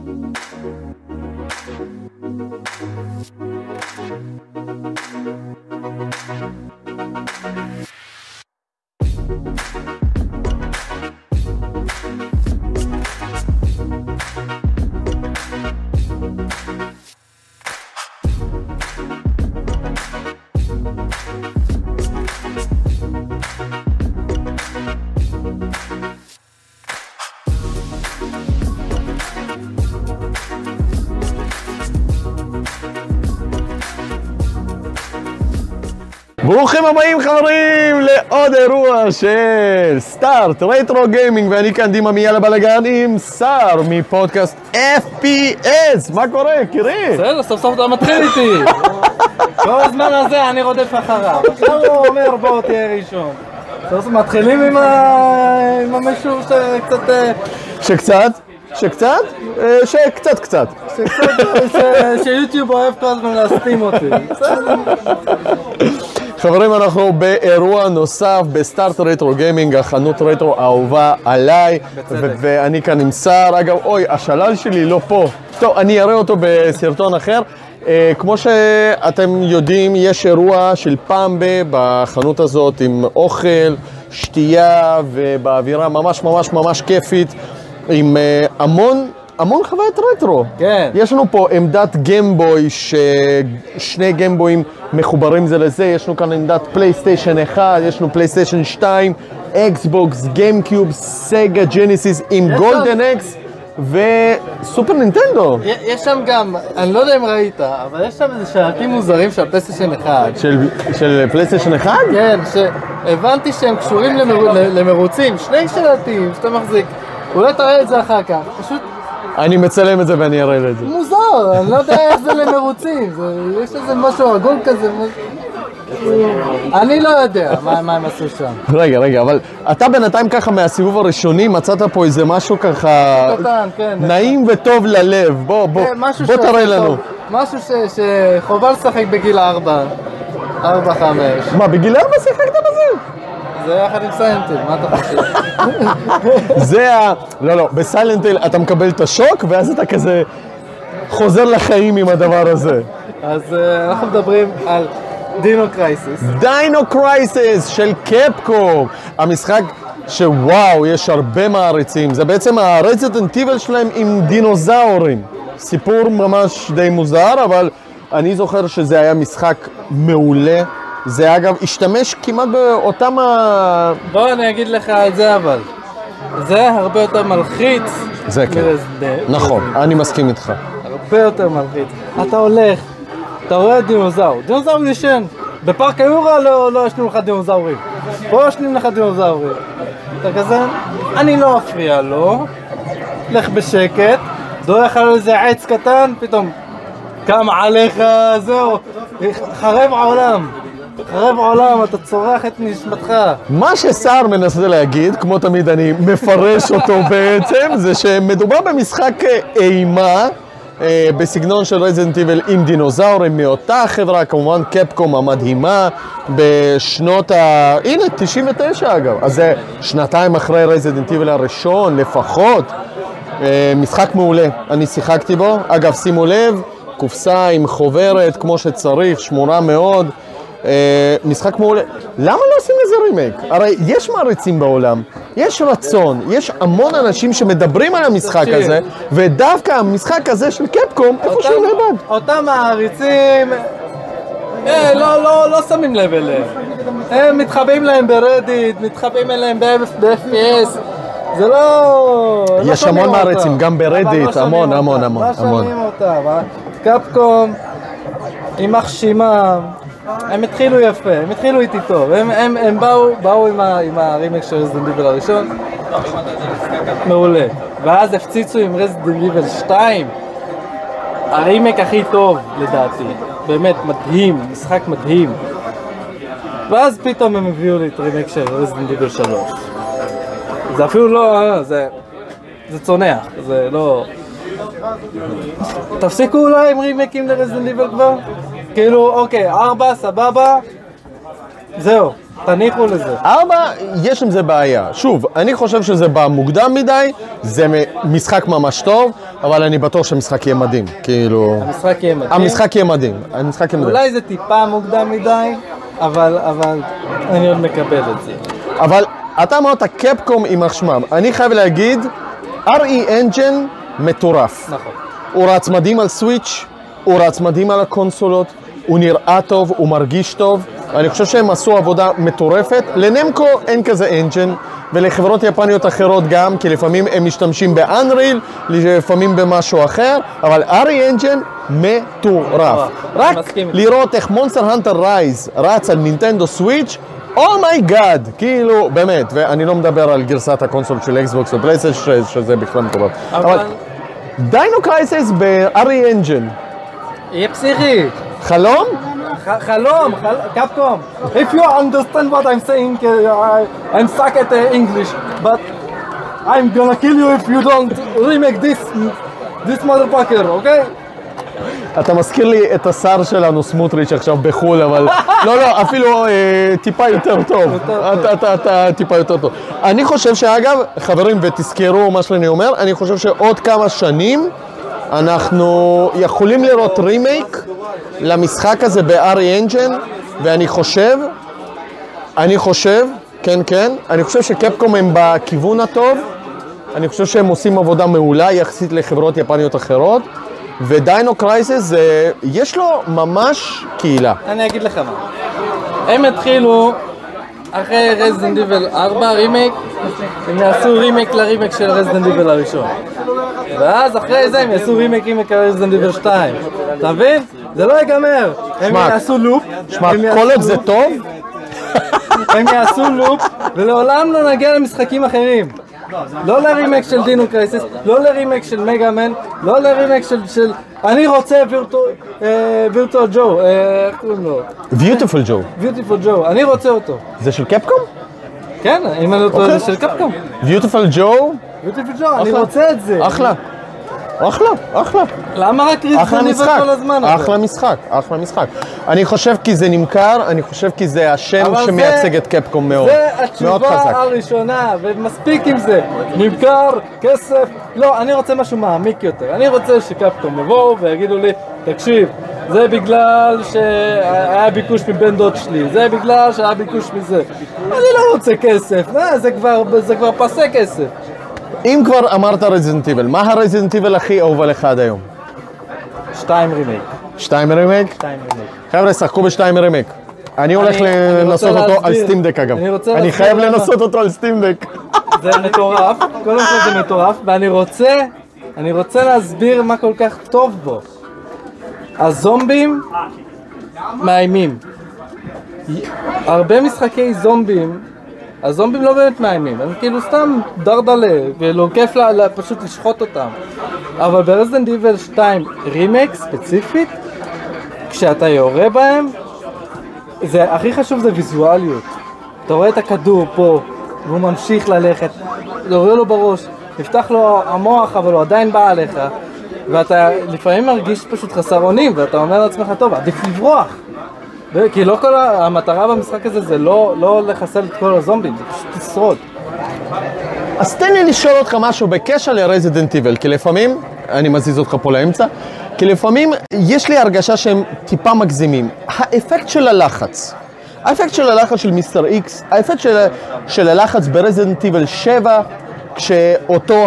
ברוכים הבאים חברים לעוד אירוע של סטארט רטרו גיימינג, ואני כאן דימה מיאללה בלגן עם שר מפודקאסט FPS. מה קורה, קירי? בסדר, סוף סוף אתה מתחיל איתי. כל הזמן הזה אני רודף אחריו. עכשיו הוא אומר בוא תהיה ראשון. סוף סוף מתחילים עם המשהו שקצת? שקצת. שיוטיוב אוהב כל הזמן להסתים אותי. חברים, אנחנו באירוע נוסף בסטארט רטרו גיימינג, החנות רטרו האהובה עליי, ואני כאן עם שר. אגב, אוי, השלל שלי לא פה. טוב, אני אראה אותו בסרטון אחר. כמו שאתם יודעים, יש אירוע של פעם בחנות הזאת עם אוכל, שתייה ובאווירה ממש כיפית, עם המון חוויית רטרו. כן. יש לנו פה עמדת גיימבוי, ששני גיימבויים מחוברים זה לזה. יש לנו כאן עמדת פלייסטיישן 1, יש לנו פלייסטיישן 2, אקסבוקס, גיימקיוב, סגה ג'ניסיס עם גולדן אקס וסופר נינטנדו. יש שם גם, אני לא יודע אם ראית, אבל יש שם איזה שלטים מוזרים של פלייסטיישן 1. של פלייסטיישן 1? כן, שהבנתי שהם קשורים למרוצים, שני שלטים שאתה מחזיק. אולי תראה את זה אחר כך, פשוט... אני מצלם את זה ואני אראה את זה. מוזר, אני לא יודע איך זה למרוצים, יש איזה משהו עגול כזה, אני לא יודע מה הם עשו שם. רגע, אבל אתה בינתיים ככה מהסיבוב הראשוני מצאת פה איזה משהו ככה נעים וטוב ללב, בוא תראה לנו. משהו שחובה לשחק בגיל 4-5. מה, בגיל 4 שיחקת בזה? זה יחד עם סיילנט-היל, מה אתה חושב? זה לא, בסיילנט-היל אתה מקבל את השוק ואז אתה כזה חוזר לחיים עם הדבר הזה. אז אנחנו מדברים על דינו קרייסיס. דינו קרייסיס של קפקום. המשחק שוואו, יש הרבה מעריצים. זה בעצם הרזידנט איבל שלהם עם דינוזאורים. סיפור ממש די מוזר, אבל אני זוכר שזה היה משחק מעולה. זה אגב השתמש כמעט באותם בוא אני אגיד לך את זה, אבל זה הרבה יותר מלחיץ. זה כן, נכון, אני מסכים איתך. הרבה יותר מלחיץ. אתה הולך, אתה רואה דינוזאור ישן. בפארק היורה לא ישנו לך דינוזאורים. פה ישנים לך דינוזאורים. אתה כזה, אני לא אפריע לו, לך בשקט, דורך על איזה עץ קטן, פתאום קם עליך, זהו, חרב עולם, אתה צורח את נשמתך. מה ששר מנסה להגיד, כמו תמיד אני מפרש אותו בעצם, זה שמדובר במשחק אימה, בסגנון של רזידנט איבל עם דינוזאורים מאותה חברה, כמובן קפקום המדהימה, בשנות הנה, 99 אגב. אז זה שנתיים אחרי רזידנט איבל הראשון, לפחות. משחק מעולה, אני שיחקתי בו. אגב, שימו לב, קופסה עם חוברת, כמו שצריך, שמורה מאוד. משחק מעולה. למה לא עושים איזה רימייק? הרי יש מעריצים בעולם, יש רצון, יש המון אנשים שמדברים על המשחק הזה, ודווקא המשחק הזה של קפקום, איפה שהוא נאבד. אותם מעריצים לא שמים לב אליהם. הם מתחבאים להם ברדיט, מתחבאים אליהם ב-FPS. זה לא... יש המון מעריצים, גם ברדיט, המון. לא שומעים אותם. קפקום, יימח שמם. הם התחילו יפה, הם התחילו איתי טוב, הם באו עם הרימייק של רזידנט איבל הראשון, מעולה, ואז הפציצו עם רזידנט איבל 2, הרימייק הכי טוב לדעתי, באמת מדהים, משחק מדהים, ואז פתאום הם הביאו לי את הרימייק של רזידנט איבל 3, זה אפילו לא, זה צונח, זה לא... תפסיקו אולי עם רימייקים לרזידנט איבל כבר? כאילו, אוקיי, 4, סבבה, זהו, תניחו לזה. 4, יש עם זה בעיה. שוב, אני חושב שזה בא מוקדם מדי, זה משחק ממש טוב, אבל אני בטוח שהמשחק יהיה מדהים. כאילו... המשחק יהיה מדהים. המשחק יהיה מדהים. המשחק יהיה מדהים. אולי זה טיפה מוקדם מדי, אבל אני עוד מקבל את זה. אבל אתה אמרת קפקום עם שמם. אני חייב להגיד, RE Engine מטורף. נכון. הוא רץ מדהים על סוויץ', הוא רץ מדהים על הקונסולות, הוא נראה טוב, הוא מרגיש טוב. אני חושב שהם עשו עבודה מטורפת. לנמקו אין כזה אנג'ן, ולחברות יפניות אחרות גם, כי לפעמים הם משתמשים באנריל, לפעמים במשהו אחר, אבל RE Engine מטורף. רק לראות איך מונסטר הנטר רייז רץ על נינטנדו סוויץ', אומייגאד, כאילו, באמת, ואני לא מדבר על גרסת הקונסול של אקסבוקס או פלייסטיישן, שזה בכלל מטורף. אבל דיינו קרייסיס ב-RE Engine. יהיה פסיכי. חלום? חלום, קפקום. If you understand what I'm saying, I'm stuck at English, but I'm gonna kill you if you don't remake this motherfucker, okay? אתה מזכיר לי את השר שלנו, סמוטריץ' עכשיו בחול, אבל לא, אפילו טיפה יותר טוב. אתה טיפה יותר טוב. אני חושב שאגב, חברים, ותזכרו מה שאני אומר, אני חושב שעוד כמה שנים אנחנו יכולים לראות רימייק למשחק הזה ב-RE Engine, ואני חושב, כן, אני חושב שקפקום הם בכיוון הטוב, אני חושב שהם עושים עבודה מעולה יחסית לחברות יפניות אחרות, ודיינו קרייסיס, יש לו ממש קהילה. אני אגיד לך מה. הם התחילו אחרי רזידנט איבל 4 רימייק, הם יעשו רימייק לרימייק של רזידנט איבל הראשון. ואז אחרי זה הם יעשו רימייקים לרזידנט איבל 2. אתה מבין? זה לא ייגמר. הם יעשו לופ. שמע, כל עוד זה טוב? הם יעשו לופ, ולעולם לא נגיע למשחקים אחרים. לא לרימייק של דינו קרייסיס, לא לרימייק של מגאמן, לא לרימייק של... אני רוצה וירטואל ג'ו, איך קוראים לו? ביוטיפול ג'ו. ביוטיפול ג'ו, אני רוצה אותו. זה של קפקום? כן, אם אני לא זה של קפקום. ביוטיפול ג'ו? ביוטיפול ג'ו, אני רוצה את זה. אחלה. למה רק רזידנט איבל כל הזמן? אחלה משחק. אני חושב כי זה נמכר, אני חושב כי זה השם שמייצג את קפקום מאוד. זה התשובה הראשונה, ומספיק עם זה. נמכר, כסף. לא, אני רוצה משהו מעמיק יותר. אני רוצה שקפקום יבואו ויגידו לי, תקשיב, זה בגלל שהיה ביקוש מבן דוד שלי, זה בגלל שהיה ביקוש מזה. אני לא רוצה כסף, זה כבר פסה כסף. אם כבר אמרת רזידנט איבל, מה הרזידנט איבל הכי אהוב עליך עד היום? 2 רימייק. 2 רימייק? 2 רימייק. חבר'ה, שחקו ב2 רימייק. אני הולך לנסות אותו על סטים דק אגב. אני חייב לנסות אותו על סטים דק. זה מטורף, קודם כל זה מטורף, ואני רוצה להסביר מה כל כך טוב בו. הזומבים מאיימים. הרבה משחקי זומבים, הזומבים לא באמת מאיימים, הם כאילו סתם דרדלה, ולא כיף פשוט לשחוט אותם. אבל ברזידנט איבל 2 רימייק ספציפית, כשאתה יורה בהם, זה הכי חשוב זה ויזואליות. אתה רואה את הכדור פה, והוא ממשיך ללכת, יורה לו בראש, נפתח לו המוח, אבל הוא עדיין בא עליך, ואתה לפעמים מרגיש פשוט חסר אונים, ואתה אומר לעצמך, טוב, עדיף לברוח. כי לא כל המטרה במשחק הזה זה לא לחסל את כל הזומבים, זה פשוט לשרוד. אז תן לי לשאול אותך משהו בקשר לרזידנט איבל, כי לפעמים, אני מזיז אותך פה לאמצע, כי לפעמים יש לי הרגשה שהם טיפה מגזימים. האפקט של הלחץ, של מיסטר איקס, האפקט של הלחץ ברזידנט איבל 7, כשאותו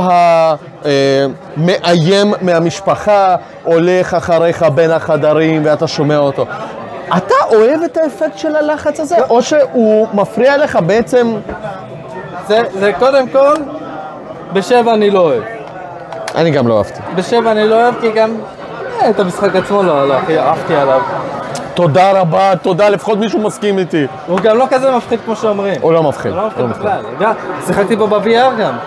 המאיים מהמשפחה הולך אחריך בין החדרים ואתה שומע אותו. אתה אוהב את האפקט של הלחץ הזה, או שהוא מפריע לך בעצם? זה קודם כל, ב7 אני לא אוהב. אני גם לא אהבתי. ב7 אני לא אוהב, כי גם את המשחק עצמו לא אהבתי עליו. תודה רבה, תודה, לפחות מישהו מסכים איתי. הוא גם לא כזה מפחיד כמו שאומרים. הוא לא מפחיד. הוא לא מפחיד בכלל. שיחקתי בו ב-VR גם.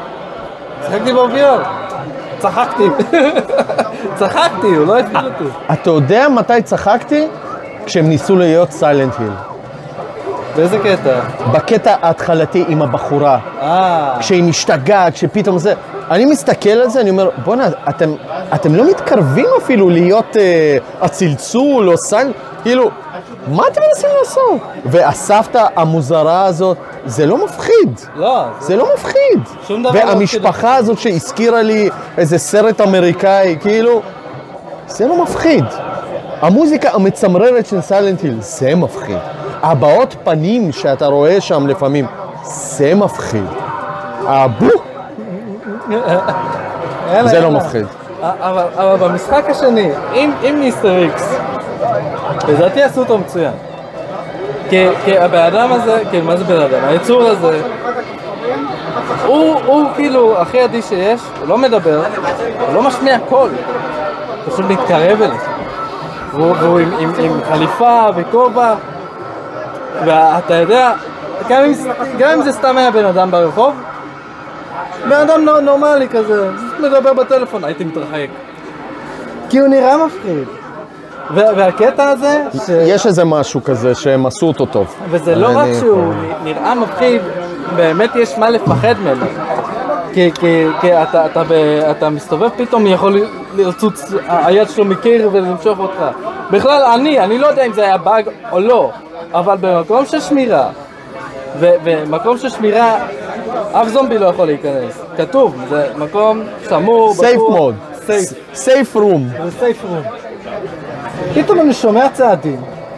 צחקתי, הוא לא הפחיד אותי. אתה יודע מתי צחקתי? כשהם ניסו להיות סיילנט היל. באיזה קטע? בקטע ההתחלתי עם הבחורה. כשהיא משתגעת, כשפתאום זה... אני מסתכל על זה, אני אומר, בוא'נה, אתם לא מתקרבים אפילו להיות הצלצול או סיילנט, כאילו, מה אתם מנסים לעשות? והסבתא המוזרה הזאת, זה לא מפחיד. לא. זה לא מפחיד. שום דבר לא והמשפחה הזאת שהזכירה לי איזה סרט אמריקאי, כאילו, זה לא מפחיד. המוזיקה המצמררת של סיילנט היל, זה מפחיד. הבעות פנים שאתה רואה שם לפעמים, זה מפחיד. הבו! זה לא מפחיד. אבל במשחק השני, עם מיסטר איקס, לדעתי עשו אותו מצוין. כי הבן אדם הזה, מה זה בן אדם? היצור הזה, הוא כאילו הכי עדי שיש, הוא לא מדבר, הוא לא משמיע קול, הוא פשוט מתקרב אליך. והוא עם חליפה וכובע, ואתה יודע, גם אם זה סתם היה בן אדם ברחוב, בן אדם נורמלי כזה, מדבר בטלפון, הייתי מתרחק. כי הוא נראה מפחיד. והקטע הזה... יש איזה משהו כזה שהם עשו אותו טוב. וזה לא רק שהוא נראה מפחיד, באמת יש מה לפחד ממנו. כי אתה מסתובב, פתאום יכול לרצות היד שלו מקיר ולמשוך אותך. בכלל, אני לא יודע אם זה היה באג או לא, אבל במקום של שמירה, ומקום של שמירה, אף זומבי לא יכול להיכנס. כתוב, זה מקום שמור, בטוח. סייף מוד. סייף רום. זה סייף רום. פתאום אני שומע צעדים.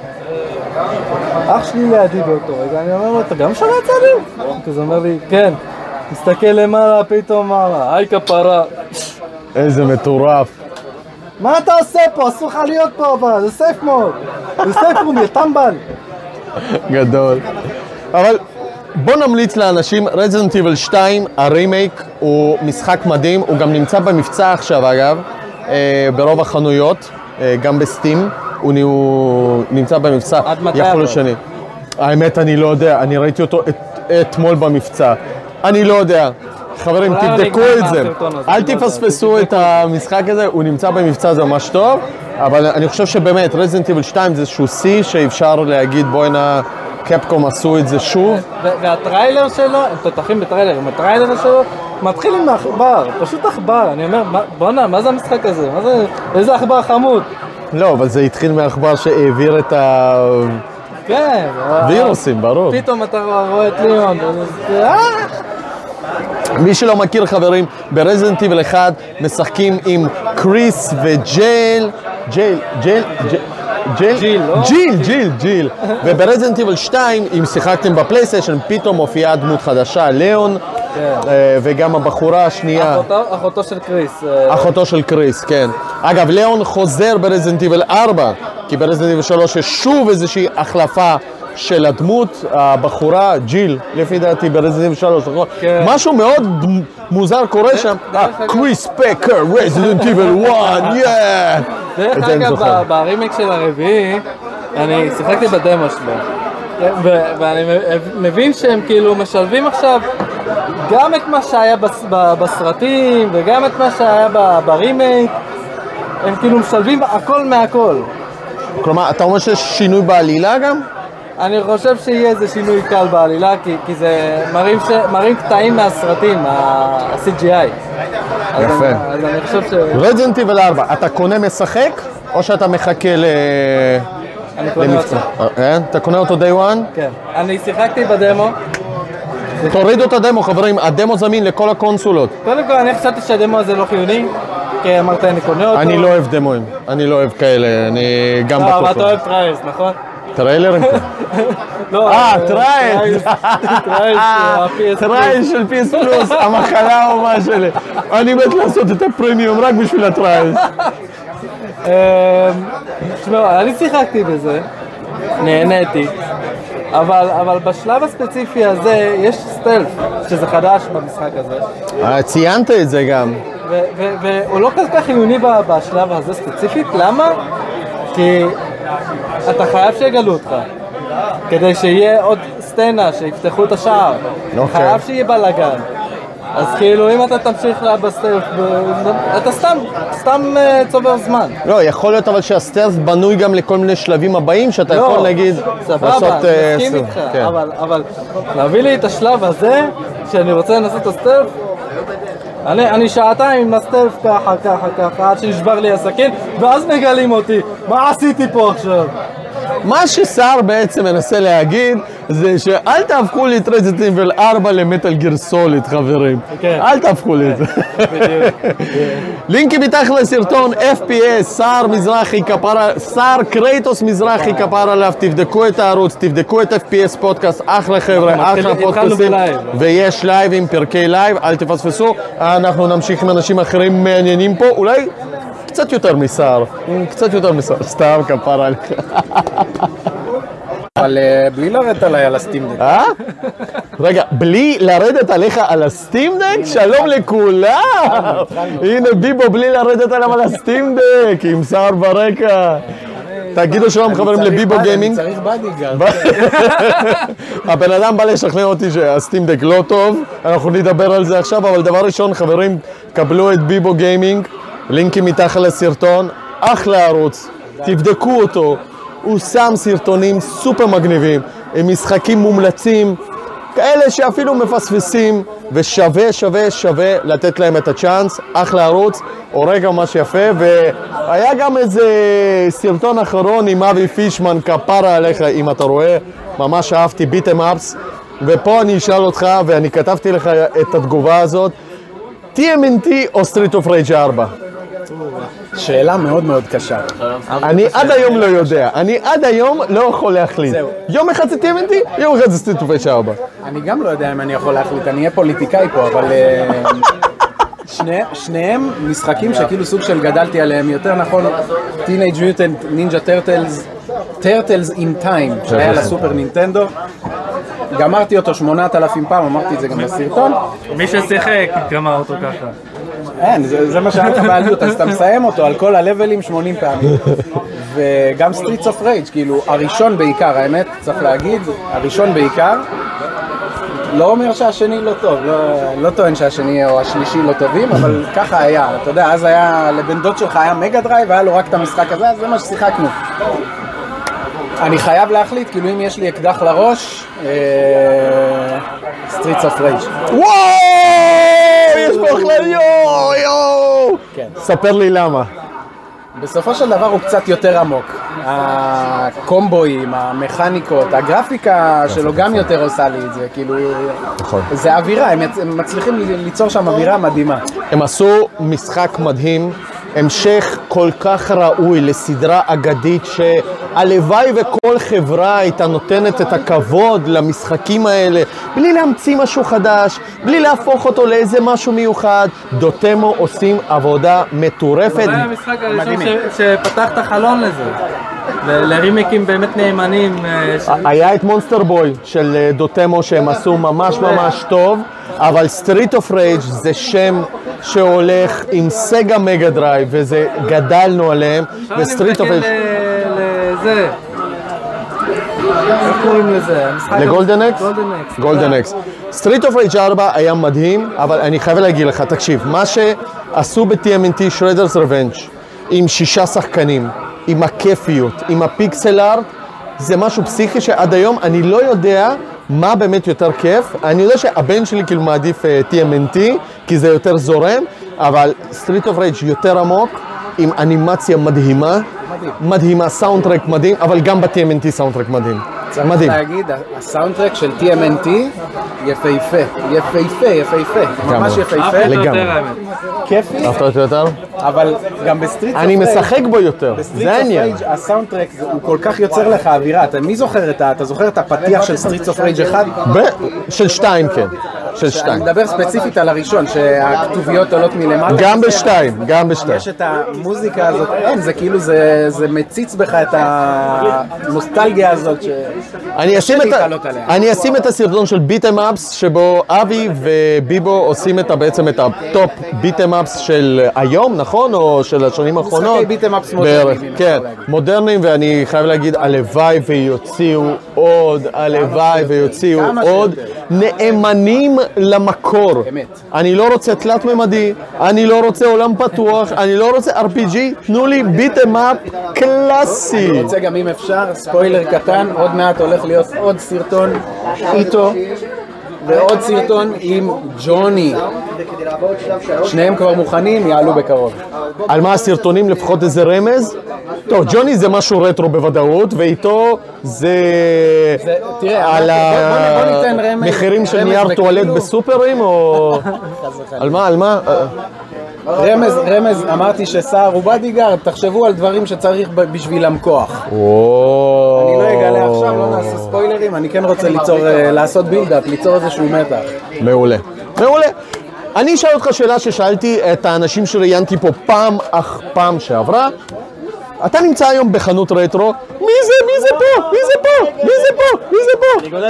אח שלי לידי באותו רגע, אני אומר לו, אתה גם שומע צעדים? כזה אומר לי, כן. מסתכל למעלה, פתאום מעלה, היי כפרה. איזה מטורף. מה אתה עושה פה? אסור לך להיות פה, אבל זה סייף מוד. זה סייף רום, יא טמבל. גדול. אבל בוא נמליץ לאנשים, Resident Evil 2, הרימייק, הוא משחק מדהים, הוא גם נמצא במבצע עכשיו אגב, ברוב החנויות, גם בסטים, הוא נמצא במבצע. עד מתי יכול אבל? לשני. האמת אני לא יודע, אני ראיתי אותו אתמול במבצע. אני לא יודע. חברים, תבדקו את זה. אל תפספסו את המשחק הזה, הוא נמצא במבצע, זה ממש טוב, אבל אני חושב שבאמת, Resident Evil 2 זה איזשהו שיא שאפשר להגיד, בואי נא, קפקום עשו את זה שוב. והטריילר שלו, הם תותחים בטריילר, עם הטריילר שלו, מתחיל עם העכבר, פשוט עכבר. אני אומר, בוא'נה, מה זה המשחק הזה? איזה עכבר חמוד? לא, אבל זה התחיל מהעכבר שהעביר את כן. וירוסים, ברור. פתאום אתה רואה את ליאון, מי שלא מכיר חברים, ברזידנט איבל 1 משחקים עם קריס וג'יל, ג'יל. וברזידנט איבל 2, אם שיחקתם בפלייסטיישן, פתאום מופיעה דמות חדשה, ליאון, וגם הבחורה השנייה. אחותו של קריס. אחותו של קריס, כן. אגב, ליאון חוזר ברזידנט איבל 4, כי ברזידנט איבל 3 יש שוב איזושהי החלפה של הדמות, הבחורה, ג'יל, לפי דעתי ברזידנט איבל 3, נכון? משהו מאוד מוזר קורה שם. קריס פקר, רזידנט איבל 1, יאה! דרך אגב, ברימייק של הרביעי, אני שיחקתי בדמו שלו. ואני מבין שהם כאילו משלבים עכשיו גם את מה שהיה בסרטים וגם את מה שהיה ברימייק. הם כאילו משלבים הכל מהכל. כלומר, אתה אומר שיש שינוי בעלילה גם? אני חושב שיהיה איזה שינוי קל בעלילה, כי זה מראים קטעים מהסרטים, ה-CGI. יפה. אז אני חושב רזידנט איבל 4, אתה קונה משחק או שאתה מחכה אני קונה אותו. אתה קונה אותו day one? כן. אני שיחקתי בדמו. תורידו את הדמו חברים, הדמו זמין לכל הקונסולות. קודם כל אני חשבתי שהדמו הזה לא חיוני, כי אמרת אני קונה אותו. אני לא אוהב דמוים, אני לא אוהב כאלה, אני גם בטוח. אבל אתה אוהב טריילס, נכון? טריילרים? לא, טריילס! טריילס של PS פלוס, המחלה האהובה שלי. אני מת לעשות את הפרמיום רק בשביל הטריילס. תשמעו, אני שיחקתי בזה, נהניתי, אבל בשלב הספציפי הזה יש סטלף, שזה חדש במשחק הזה. ציינת את זה גם. והוא לא כל כך חיוני בשלב הזה ספציפית, למה? כי אתה חייב שיגלו אותך, כדי שיהיה עוד סצנה, שיפתחו את השער, חייב שיהיה בלגן. אז כאילו אם אתה תמשיך בסטלף, אתה סתם צובר זמן. לא, יכול להיות אבל שהסטלף בנוי גם לכל מיני שלבים הבאים, שאתה יכול להגיד... סבבה, מסכים איתך, אבל להביא לי את השלב הזה, שאני רוצה לנסות את הסטלף, אני שעתיים עם הסטלף ככה, עד שנשבר לי הסכין, ואז מגלים אותי, מה עשיתי פה עכשיו? מה שסער בעצם מנסה להגיד זה שאל תהפכו לי את רזידנט איבל 4 למטל גיר סוליד, חברים. אל תהפכו לי את זה. לינקים מתחת לסרטון, FPS, סער מזרחי כפרה, סער קרייטוס מזרחי כפרה עליו, תבדקו את הערוץ, תבדקו את FPS פודקאסט, אחלה חבר'ה, אחלה פודקאסטים, ויש לייבים, פרקי לייב, אל תפספסו, אנחנו נמשיך עם אנשים אחרים מעניינים פה, אולי קצת יותר מסער, סתם כפרה עליך. אבל בלי לרדת עליי על הסטימדק. רגע, בלי לרדת עליך על הסטימדק? שלום לכולם! הנה ביבו בלי לרדת עליו על הסטימדק, עם סער ברקע. תגידו שלום חברים לביבו גיימינג. אני צריך בדיגארד. הבן אדם בא לשכנע אותי שהסטימדק לא טוב, אנחנו נדבר על זה עכשיו, אבל דבר ראשון חברים, קבלו את ביבו גיימינג, לינקים מתחת לסרטון, אחלה ערוץ, תבדקו אותו. הוא שם סרטונים סופר מגניבים, עם משחקים מומלצים, כאלה שאפילו מפספסים, ושווה לתת להם את הצ'אנס, אחלה ערוץ, הורג ממש יפה, והיה גם איזה סרטון אחרון עם אבי פישמן, כפרה עליך, אם אתה רואה, ממש אהבתי ביטם אפס, ופה אני אשאל אותך, ואני כתבתי לך את התגובה הזאת, TMNT או Street of Rage 4? שאלה מאוד מאוד קשה. אני עד היום לא יודע, אני עד היום לא יכול להחליט. יום אחד זה TMNT, יום אחד זה Street of Rage 4. אני גם לא יודע אם אני יכול להחליט, אני אהיה פוליטיקאי פה, אבל שניהם משחקים שכאילו סוג של גדלתי עליהם, יותר נכון, Teenage Mutant Ninja Turtles in Time, שהיה לסופר נינטנדו. גמרתי אותו 8,000 פעם, אמרתי את זה גם בסרטון. מי ששיחק גמר אותו ככה. אין, זה מה שהיה לך בעליות, אז אתה מסיים אותו על כל הלבלים 80 פעמים. וגם Streets of Rage, כאילו, הראשון בעיקר, האמת, צריך להגיד, הראשון בעיקר, לא אומר שהשני לא טוב, לא טוען שהשני או השלישי לא טובים, אבל ככה היה, אתה יודע, אז היה, לבן דוד שלך היה מגה דרייב, והיה לו רק את המשחק הזה, אז זה מה ששיחקנו. אני חייב להחליט, כאילו אם יש לי אקדח לראש, Streets of Rage. וואו! יש פה אחלה יואו! ספר לי למה. בסופו של דבר הוא קצת יותר עמוק. הקומבואים, המכניקות, הגרפיקה שלו גם יותר עושה לי את זה, כאילו... זה אווירה, הם מצליחים ליצור שם אווירה מדהימה. הם עשו משחק מדהים, המשך כל כך ראוי לסדרה אגדית שהלוואי וכל חברה הייתה נותנת את הכבוד למשחקים האלה בלי להמציא משהו חדש, בלי להפוך אותו לאיזה משהו מיוחד. דוטמו עושים עבודה מטורפת. זה היה המשחק הראשון שפתח את החלון לזה, לרימיקים באמת נאמנים. היה את מונסטר בוי של דוטמו שהם עשו ממש טוב, אבל Street of Rage זה שם שהולך עם סגה מגה דרייב, וזה גדלנו עליהם, וסטריט אוף רייג' לזה, איך קוראים לזה? לגולדן אקס? גולדן אקס. סטריט אוף רייג' 4 היה מדהים, אבל אני חייב להגיד לך, תקשיב, מה שעשו ב-TMNT Shredder's Revenge, עם 6 שחקנים, עם הכיפיות, עם הפיקסל ארט, זה משהו פסיכי שעד היום אני לא יודע מה באמת יותר כיף. אני יודע שהבן שלי כאילו מעדיף TMNT, כי זה יותר זורם, אבל Street of Rage יותר עמוק, עם אנימציה מדהימה, סאונדטרק מדהים, אבל גם ב-TMNT סאונדטרק מדהים. צריך להגיד, הסאונדטרק של TMNT יפהפה, ממש יפהפה. לגמרי. כיפי. אהבת אותו יותר? אבל גם בסטריט אני משחק בו יותר, זה העניין. בסטריט אוף רייג' הסאונדטרק הוא כל כך יוצר לך אווירה. מי זוכר אתה זוכר את הפתיח של סטריט אוף רייג' 1? של 2, כן. של 2. אני מדבר ספציפית על הראשון, שהכתוביות עולות מלמעלה. גם בשתיים. יש את המוזיקה הזאת, אין, זה כאילו, זה מציץ בך את הנוסטלגיה הזאת אני אשים את הסרטון של ביטם אפס, שבו אבי וביבו עושים בעצם את הטופ ביטם אפס של היום, נכון? או של השנים האחרונות? משחקי ביטם אפס מודרניים. כן, מודרניים, ואני חייב להגיד, הלוואי ויוציאו עוד, נאמנים למקור. אני לא רוצה תלת ממדי, אני לא רוצה עולם פתוח, אני לא רוצה RPG, תנו לי ביטם אפ קלאסי. אני רוצה גם אם אפשר, ספוילר קטן, עוד מעט הולך להיות עוד סרטון איתו ועוד סרטון עם ג'וני. שניהם כבר מוכנים, יעלו בקרוב. על מה הסרטונים? לפחות איזה רמז? טוב, ג'וני זה משהו רטרו בוודאות, ואיתו זה תראה, על בוא ניתן רמז. המחירים של נייר טואלט בסופרים, או... על מה? רמז, אמרתי שסער הוא בדיגארד, תחשבו על דברים שצריך בשבילם כוח. אני לא אגלה עכשיו, לא נעשה ספוילרים, אני כן רוצה לעשות בילדאפ, ליצור איזשהו מתח. מעולה. אני אשאל אותך שאלה ששאלתי את האנשים שראיינתי פה פעם שעברה. אתה נמצא היום בחנות רטרו, מי זה פה?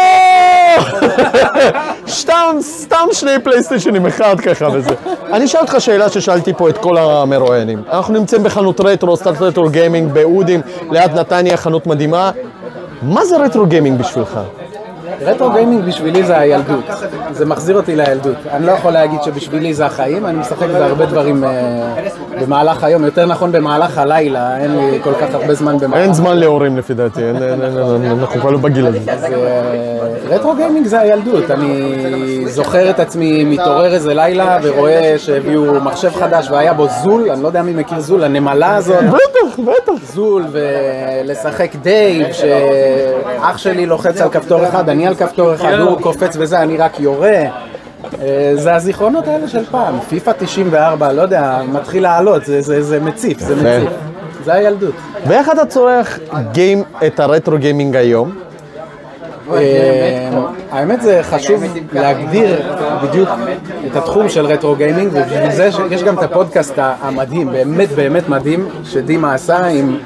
שלום! סתם שני פלייסטיישנים, אחד ככה וזה. אני אשאל אותך שאלה ששאלתי פה את כל המרואיינים. אנחנו נמצאים בחנות רטרו, סטארט רטרו גיימינג באודים, ליד נתניה, חנות מדהימה. מה זה רטרו גיימינג בשבילך? רטרו גיימינג בשבילי זה הילדות, זה מחזיר אותי לילדות. אני לא יכול להגיד שבשבילי זה החיים, אני משחק בהרבה דברים במהלך היום, יותר נכון במהלך הלילה, אין לי כל כך הרבה זמן במהלך. אין זמן להורים לפי דעתי, אנחנו כבר לא בגיל הזה. אז רטרו גיימינג זה הילדות, אני זוכר את עצמי מתעורר איזה לילה ורואה שהביאו מחשב חדש והיה בו זול, אני לא יודע מי מכיר זול, הנמלה הזאת. בטח. זול ולשחק דייב, שאח שלי לוחץ על כפתור אחד, אני על כפתור אחד, הוא קופץ וזה, אני רק יורה. זה הזיכרונות האלה של פעם, פיפה 94, לא יודע, מתחיל לעלות, זה מציף, זה הילדות. ואיך אתה צורך את הרטרו גיימינג היום? האמת זה חשוב להגדיר בדיוק את התחום של רטרו גיימינג, ובשביל זה יש גם את הפודקאסט המדהים, באמת מדהים, שדימה עשה עם...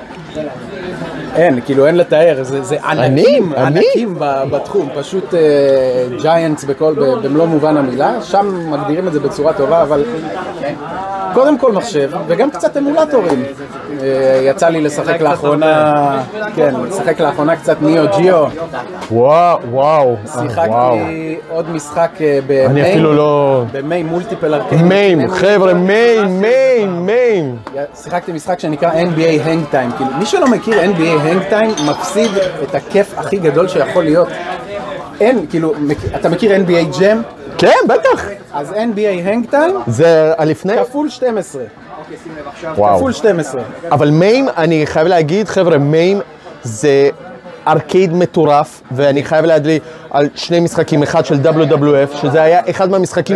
אין לתאר, זה ענקים בתחום, פשוט ג'יינטס במלוא מובן המילה, שם מגדירים את זה בצורה טובה, אבל קודם כל מחשב, וגם קצת אמולטורים. יצא לי לשחק לאחרונה קצת ניאו ג'יו. וואו. שיחקתי עוד משחק אני אפילו לא... במי מולטיפל ארקייד. חבר'ה, מיים. שיחקתי משחק שנקרא NBA Hang Time. מי שלא מכיר NBA Hang Time מפסיד את הכיף הכי גדול שיכול להיות. אתה מכיר NBA Jam? כן, בטח. אז NBA Hang Time זה לפני? כפול 12. וואו. כפול 12. אבל מיים, אני חייב להגיד, חבר'ה, מיים זה ארקייד מטורף, ואני חייב להדלי על שני משחקים, אחד של WWF, שזה היה אחד מהמשחקים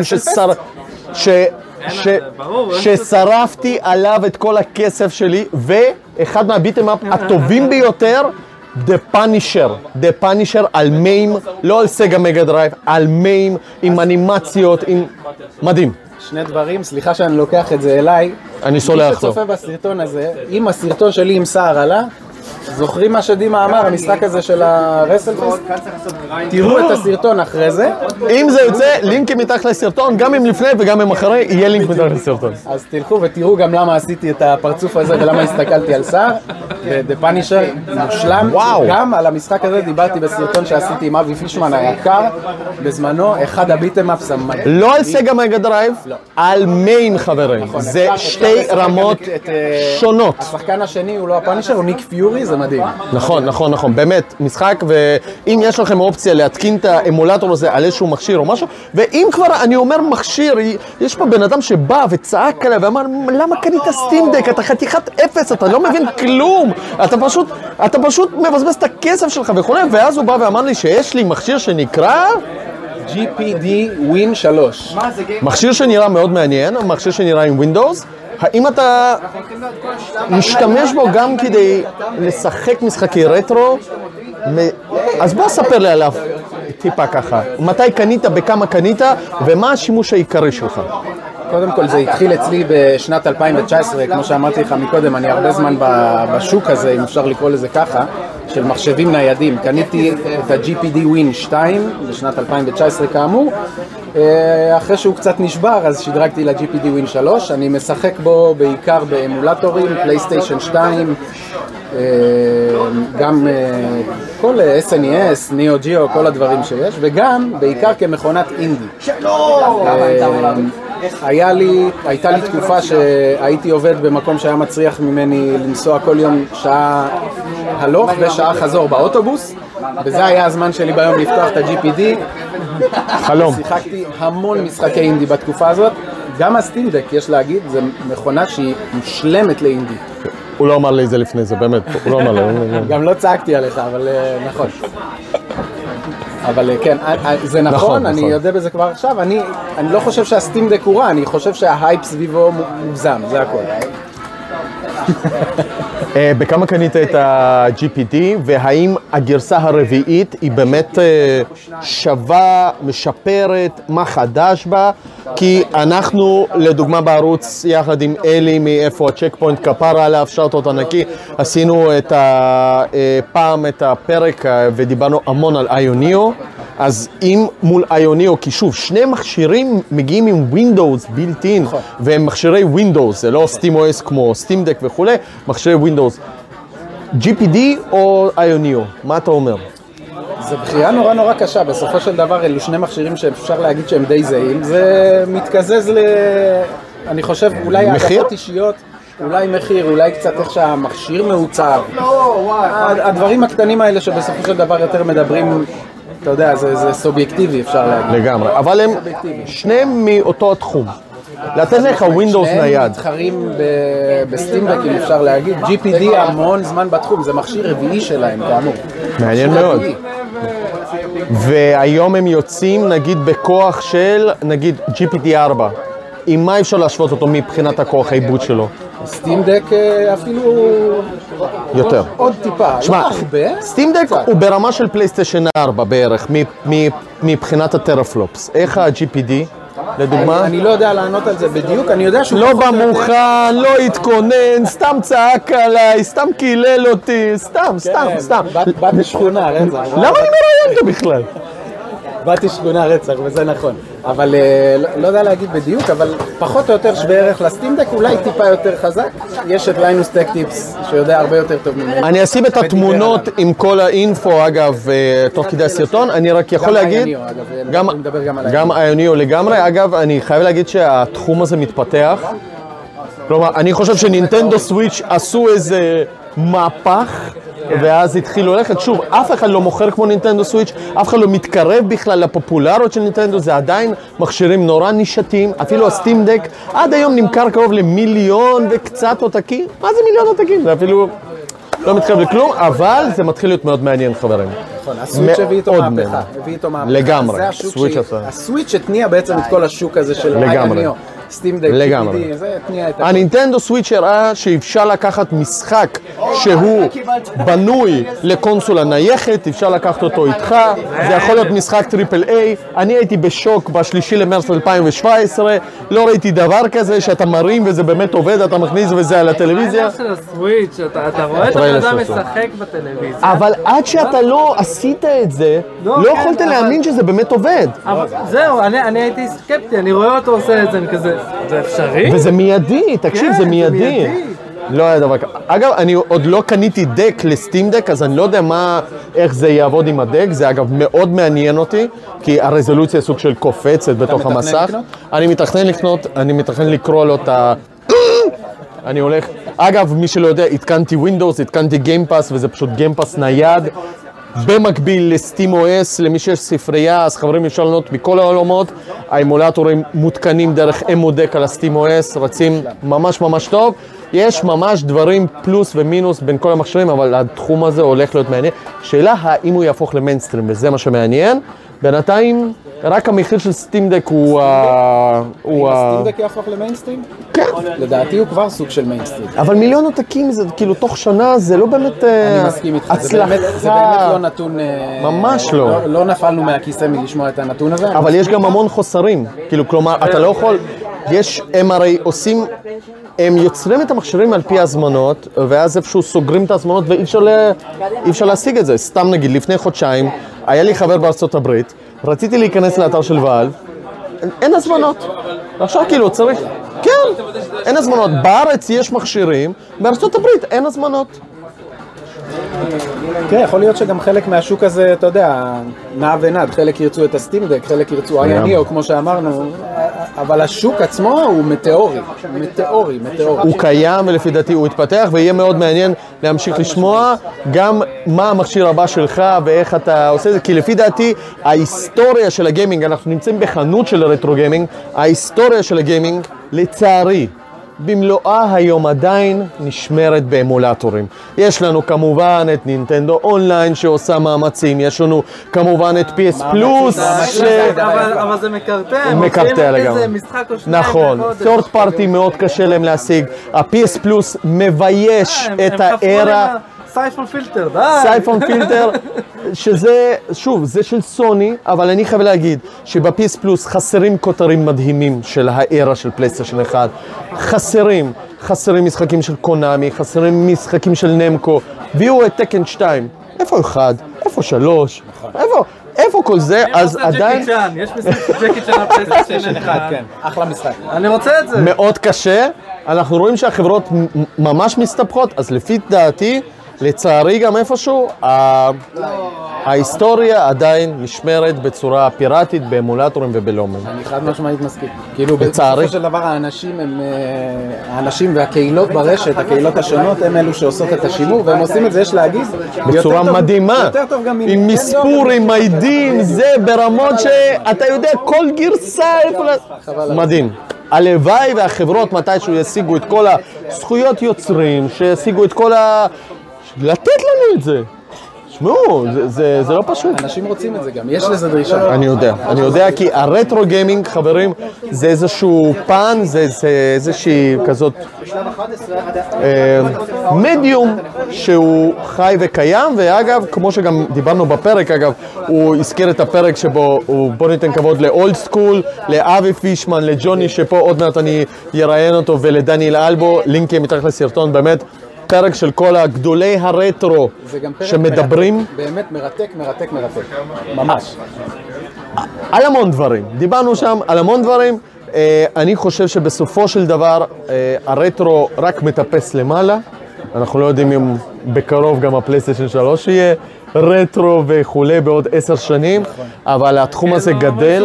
ששרפתי עליו את כל הכסף שלי, ואחד מהביטם-אפ הטובים ביותר, The Punisher על מיים, לא על סגה מגה דרייב, על מיים, עם אנימציות, עם... מדהים. שני דברים, סליחה שאני לוקח את זה אליי. אני סולח לו. מי שצופה בסרטון הזה, אם הסרטון שלי עם סער עלה, זוכרים מה שדימה אמר, המשחק הזה של הרסלפסט? תראו את הסרטון אחרי זה. אם זה יוצא, לינקים מתחת לסרטון, גם אם לפני וגם אם אחרי, יהיה לינק מתחת לסרטון. אז תלכו ותראו גם למה עשיתי את הפרצוף הזה ולמה הסתכלתי על סער. The Punisher מושלם. גם על המשחק הזה דיברתי בסרטון שעשיתי עם אבי פישמן היקר, בזמנו, אחד הביטם-אפס המדהים. לא על סגה מגה דרייב, על מיים חברים. זה שתי רמות שונות. השחקן השני הוא לא הפאנישר, הוא ניק פיורי, זה מדהים. נכון, באמת, משחק, ואם יש לכם אופציה להתקין את האמולטור הזה על איזשהו מכשיר או משהו, ואם כבר אני אומר מכשיר, יש פה בן אדם שבא וצעק עליי ואמר, למה קנית סטימדק? אתה חתיכת אפס, אתה לא מבין כלום, אתה פשוט מבזבז את הכסף שלך וכו', ואז הוא בא ואמר לי שיש לי מכשיר שנקרא... GPD Win 3. מכשיר שנראה מאוד מעניין, מכשיר שנראה עם Windows. האם אתה משתמש בו גם כדי לשחק משחקי רטרו? אז בוא ספר לי עליו טיפה ככה. מתי קנית, בכמה קנית, ומה השימוש העיקרי שלך? קודם כל זה התחיל אצלי בשנת 2019, כמו שאמרתי לך מקודם, אני הרבה זמן בשוק הזה, אם אפשר לקרוא לזה ככה, של מחשבים ניידים. קניתי את ה-GPD Win 2 בשנת 2019 כאמור, אחרי שהוא קצת נשבר אז שדרגתי ל-GPD Win 3, אני משחק בו בעיקר באמולטורים, פלייסטיישן 2, גם כל SNES, ניאו ג'יו, כל הדברים שיש, וגם בעיקר כמכונת אינדי. הייתה לי תקופה שהייתי עובד במקום שהיה מצריח ממני לנסוע כל יום שעה הלוך ושעה חזור באוטובוס, וזה היה הזמן שלי ביום לפתוח את ה-GPD. חלום. שיחקתי המון משחקי אינדי בתקופה הזאת, גם הסטימדק יש להגיד, זה מכונה שהיא מושלמת לאינדי. הוא לא אמר לי את זה לפני זה, באמת, הוא לא אמר לי. גם לא צעקתי עליך, אבל נכון. אבל כן, זה נכון, אני יודע בזה כבר עכשיו, אני לא חושב שהסטים דק הוא רע, אני חושב שההייפ סביבו מוגזם, זה הכל. בכמה קנית את ה-GPD, והאם הגרסה הרביעית היא באמת שווה, משפרת, מה חדש בה? כי אנחנו, לדוגמה בערוץ, יחד עם אלי מאיפה הצ'ק פוינט כפרה עליו, שאוט ענקי, עשינו פעם את הפרק ודיברנו המון על איוניו, אז אם מול איוניו, כי שוב, שני מכשירים מגיעים עם Windows בילט-אין, והם מכשירי Windows, זה לא SteamOS כמו Steam Deck וכו', מכשירי Windows. GPD או איוניו? מה אתה אומר? זו בחירה נורא קשה, בסופו של דבר אלו שני מכשירים שאפשר להגיד שהם די זהים, זה מתקזז אני חושב אולי העדפות אישיות, אולי מחיר, אולי קצת איך שהמכשיר מעוצב, הדברים הקטנים האלה שבסופו של דבר יותר מדברים, אתה יודע, זה סובייקטיבי אפשר להגיד. לגמרי, אבל הם שניהם מאותו התחום. לתת לך ווינדוס נייד. שהם מתחרים בסטים דק, אם אפשר להגיד. GPD המון זמן בתחום, זה מכשיר רביעי שלהם, כאמור. מעניין מאוד. והיום הם יוצאים, נגיד, בכוח של, נגיד, GPD 4. עם מה אפשר להשוות אותו מבחינת הכוח העיבוד שלו? סטים דק אפילו... יותר. עוד טיפה, שמה, לא הרבה. סטים דק הוא ברמה של פלייסטיישן 4 בערך, מבחינת הטרפלופס. איך ה-GPD? לדוגמה? אני לא יודע לענות על זה בדיוק, אני יודע שהוא... לא במוכן, לא התכונן, סתם צעק עליי, סתם קילל אותי, סתם. באתי שכונה רצח. למה אני מראיין אותו בכלל? באתי שכונה רצח, וזה נכון. אבל לא יודע להגיד בדיוק, אבל פחות או יותר שווה ערך לסטים דק, אולי טיפה יותר חזק. יש את ליינוס טק טיפס, שיודע הרבה יותר טוב ממנו. אני אשים את התמונות עם כל האינפו, אגב, תוך כדי הסרטון. אני רק יכול להגיד... גם איוניו לגמרי. אגב, אני חייב להגיד שהתחום הזה מתפתח. כלומר, אני חושב שנינטנדו סוויץ' עשו איזה מהפך, ואז התחילו ללכת. שוב, אף אחד לא מוכר כמו נינטנדו סוויץ', אף אחד לא מתקרב בכלל לפופולריות של נינטנדו, זה עדיין מכשירים נורא נישתיים, אפילו הסטים דק עד היום נמכר קרוב למיליון וקצת עותקים. מה זה מיליון עותקים? זה אפילו לא מתקרב לכלום, אבל זה מתחיל להיות מאוד מעניין, חברים. נכון, הסוויץ' הביא איתו מהפכה. לגמרי, הסוויץ' התניע בעצם את כל השוק הזה של איוניו. סטים דק, GPD, זה התניע את הכל. הנינטנדו סוויץ' הראה שאפשר לקחת משחק שהוא בנוי לקונסולה נייחת, אפשר לקחת אותו איתך, זה יכול להיות משחק טריפל איי. אני הייתי בשוק ב3 למרץ 2017, לא ראיתי דבר כזה שאתה מרים וזה באמת עובד, אתה מכניס וזה על הטלוויזיה. העניין של הסוויץ', אתה רואה את האדם משחק בטלוויזיה. אבל עד שאתה לא עשית את זה, לא יכולת להאמין שזה באמת עובד. זהו, אני הייתי סקפטי, אני רואה אותו עושה את זה, כזה, זה אפשרי? וזה מיידי, תקשיב, זה מיידי. לא היה דבר כזה. אגב, אני עוד לא קניתי דק לסטים דק, אז אני לא יודע איך זה יעבוד עם הדק. זה אגב מאוד מעניין אותי, כי הרזולוציה סוג של קופצת בתוך המסך. אני מתכנן לקנות, אני מתכנן לקרוא לו את ה... אני הולך... אגב, מי שלא יודע, התקנתי ווינדוס, התקנתי גיימפאס, וזה פשוט גיימפאס נייד. במקביל לסטים OS, למי שיש ספרייה, אז חברים אפשר לנות מכל העולמות. האמולטורים מותקנים דרך אמודק על הסטים OS, רצים ממש טוב. יש ממש דברים פלוס ומינוס בין כל המכשירים, אבל התחום הזה הולך להיות מעניין. שאלה האם הוא יהפוך למיינסטרים, וזה מה שמעניין. בינתיים, רק המחיר של סטים דק הוא... אם הסטים דק יהפוך למיינסטרים? כן. לדעתי הוא כבר סוג של מיינסטרים. אבל מיליון עותקים זה כאילו תוך שנה, זה לא באמת אני מסכים איתך, זה באמת לא נתון... ממש לא. לא נפלנו מהכיסא מלשמוע את הנתון הזה. אבל יש גם המון חוסרים. כאילו, כלומר, אתה לא יכול... הם הרי עושים... הם יוצרים את המכשירים על פי הזמנות, ואז איפשהו סוגרים את הזמנות ואי אפשר להשיג את זה. סתם נגיד, לפני חודשיים, היה לי חבר בארצות הברית, רציתי להיכנס לאתר של ואלב, אין הזמנות. עכשיו כאילו צריך... כן, אין הזמנות. בארץ יש מכשירים, בארצות הברית אין הזמנות. כן, יכול להיות שגם חלק מהשוק הזה, אתה יודע, נע ונד, חלק ירצו את הסטים דק, חלק ירצו איוניו, כמו שאמרנו, אבל השוק עצמו הוא מטאורי. הוא קיים ולפי דעתי הוא יתפתח, ויהיה מאוד מעניין להמשיך לשמוע גם מה המכשיר הבא שלך ואיך אתה עושה את זה, כי לפי דעתי ההיסטוריה של הגיימינג, אנחנו נמצאים בחנות של הרטרו גיימינג, ההיסטוריה של הגיימינג, לצערי, במלואה היום עדיין נשמרת באמולטורים. יש לנו כמובן את נינטנדו אונליין שעושה מאמצים, יש לנו כמובן את PS פלוס, אבל זה מקרטע, מקרטע לגמרי. איזה משחק או שניים נכון, בחודש. third party מאוד קשה להם להשיג. ה-PS פלוס מבייש את הארה. סייפון פילטר, די. סייפון פילטר, שזה, שוב, זה של סוני, אבל אני חייב להגיד שבפיס פלוס חסרים כותרים מדהימים של הארה של פלייסטיישן 1. חסרים משחקים של קונאמי, חסרים משחקים של נמקו, ויהיו את טקן 2. איפה 1? איפה 3? איפה כל זה? אז עדיין... יש משחק ג'קי צ'אן על פלייסטיישן 1, כן, אחלה משחק. אני רוצה את זה. מאוד קשה, אנחנו רואים שהחברות ממש מסתבכות, אז לפי דעתי, לצערי גם איפשהו, ההיסטוריה עדיין נשמרת בצורה פיראטית, באמולטורים ובלומן. אני חד משמעית מסכים. כאילו לצערי. בסופו של דבר האנשים והקהילות ברשת, הקהילות השונות, הם אלו שעושות את השימור, והם עושים את זה, יש להגיד, בצורה מדהימה, יותר טוב גם עם מספור, עם מיידים, זה ברמות שאתה יודע כל גרסה איפה... מדהים. הלוואי והחברות מתישהו ישיגו את כל הזכויות יוצרים, שישיגו את כל לתת לנו את זה. שמעו, זה לא פשוט. אנשים רוצים את זה גם, יש לזה דרישה. אני יודע כי הרטרו גיימינג, חברים, זה איזשהו פן, זה איזושהי כזאת מדיום שהוא חי וקיים, ואגב, כמו שגם דיברנו בפרק, אגב, הוא הזכיר את הפרק שבו, בוא ניתן כבוד לאולד סקול, לאבי פישמן, לג'וני, שפה עוד מעט אני יראיין אותו, ולדניאל אלבו, לינקים מתחת לסרטון, באמת. פרק של כל הגדולי הרטרו שמדברים. באמת מרתק, ממש. על המון דברים. דיברנו שם על המון דברים. אני חושב שבסופו של דבר הרטרו רק מטפס למעלה. אנחנו לא יודעים אם בקרוב גם הפלייסטיישן 3 יהיה רטרו וכולי בעוד 10 שנים, אבל התחום הזה גדל.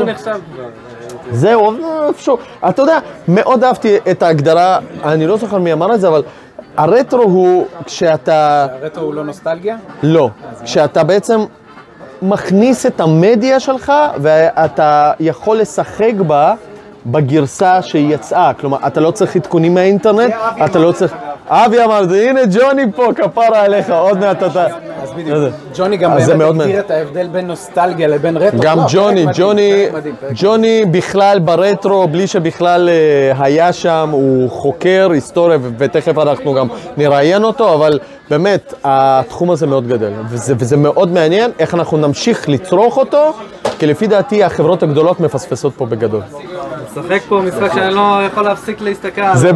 זהו, אתה יודע, מאוד אהבתי את ההגדרה, אני לא זוכר מי אמר את זה, אבל הרטרו הוא כשאתה... הרטרו הוא לא נוסטלגיה? לא. כשאתה בעצם מכניס את המדיה שלך ואתה יכול לשחק בה בגרסה שהיא יצאה. כלומר, אתה לא צריך עדכונים מהאינטרנט, אתה לא צריך... אבי אמר, הנה ג'וני פה, כפרה עליך, עוד מעט אתה... אז בדיוק. ג'וני גם באמת הגדיר את ההבדל בין נוסטלגיה לבין רטרו. גם ג'וני בכלל ברטרו, בלי שבכלל היה שם, הוא חוקר היסטוריה, ותכף אנחנו גם נראיין אותו, אבל באמת, התחום הזה מאוד גדל, וזה מאוד מעניין איך אנחנו נמשיך לצרוך אותו, כי לפי דעתי החברות הגדולות מפספסות פה בגדול. משחק פה משחק שאני לא יכול להפסיק להסתכל. זה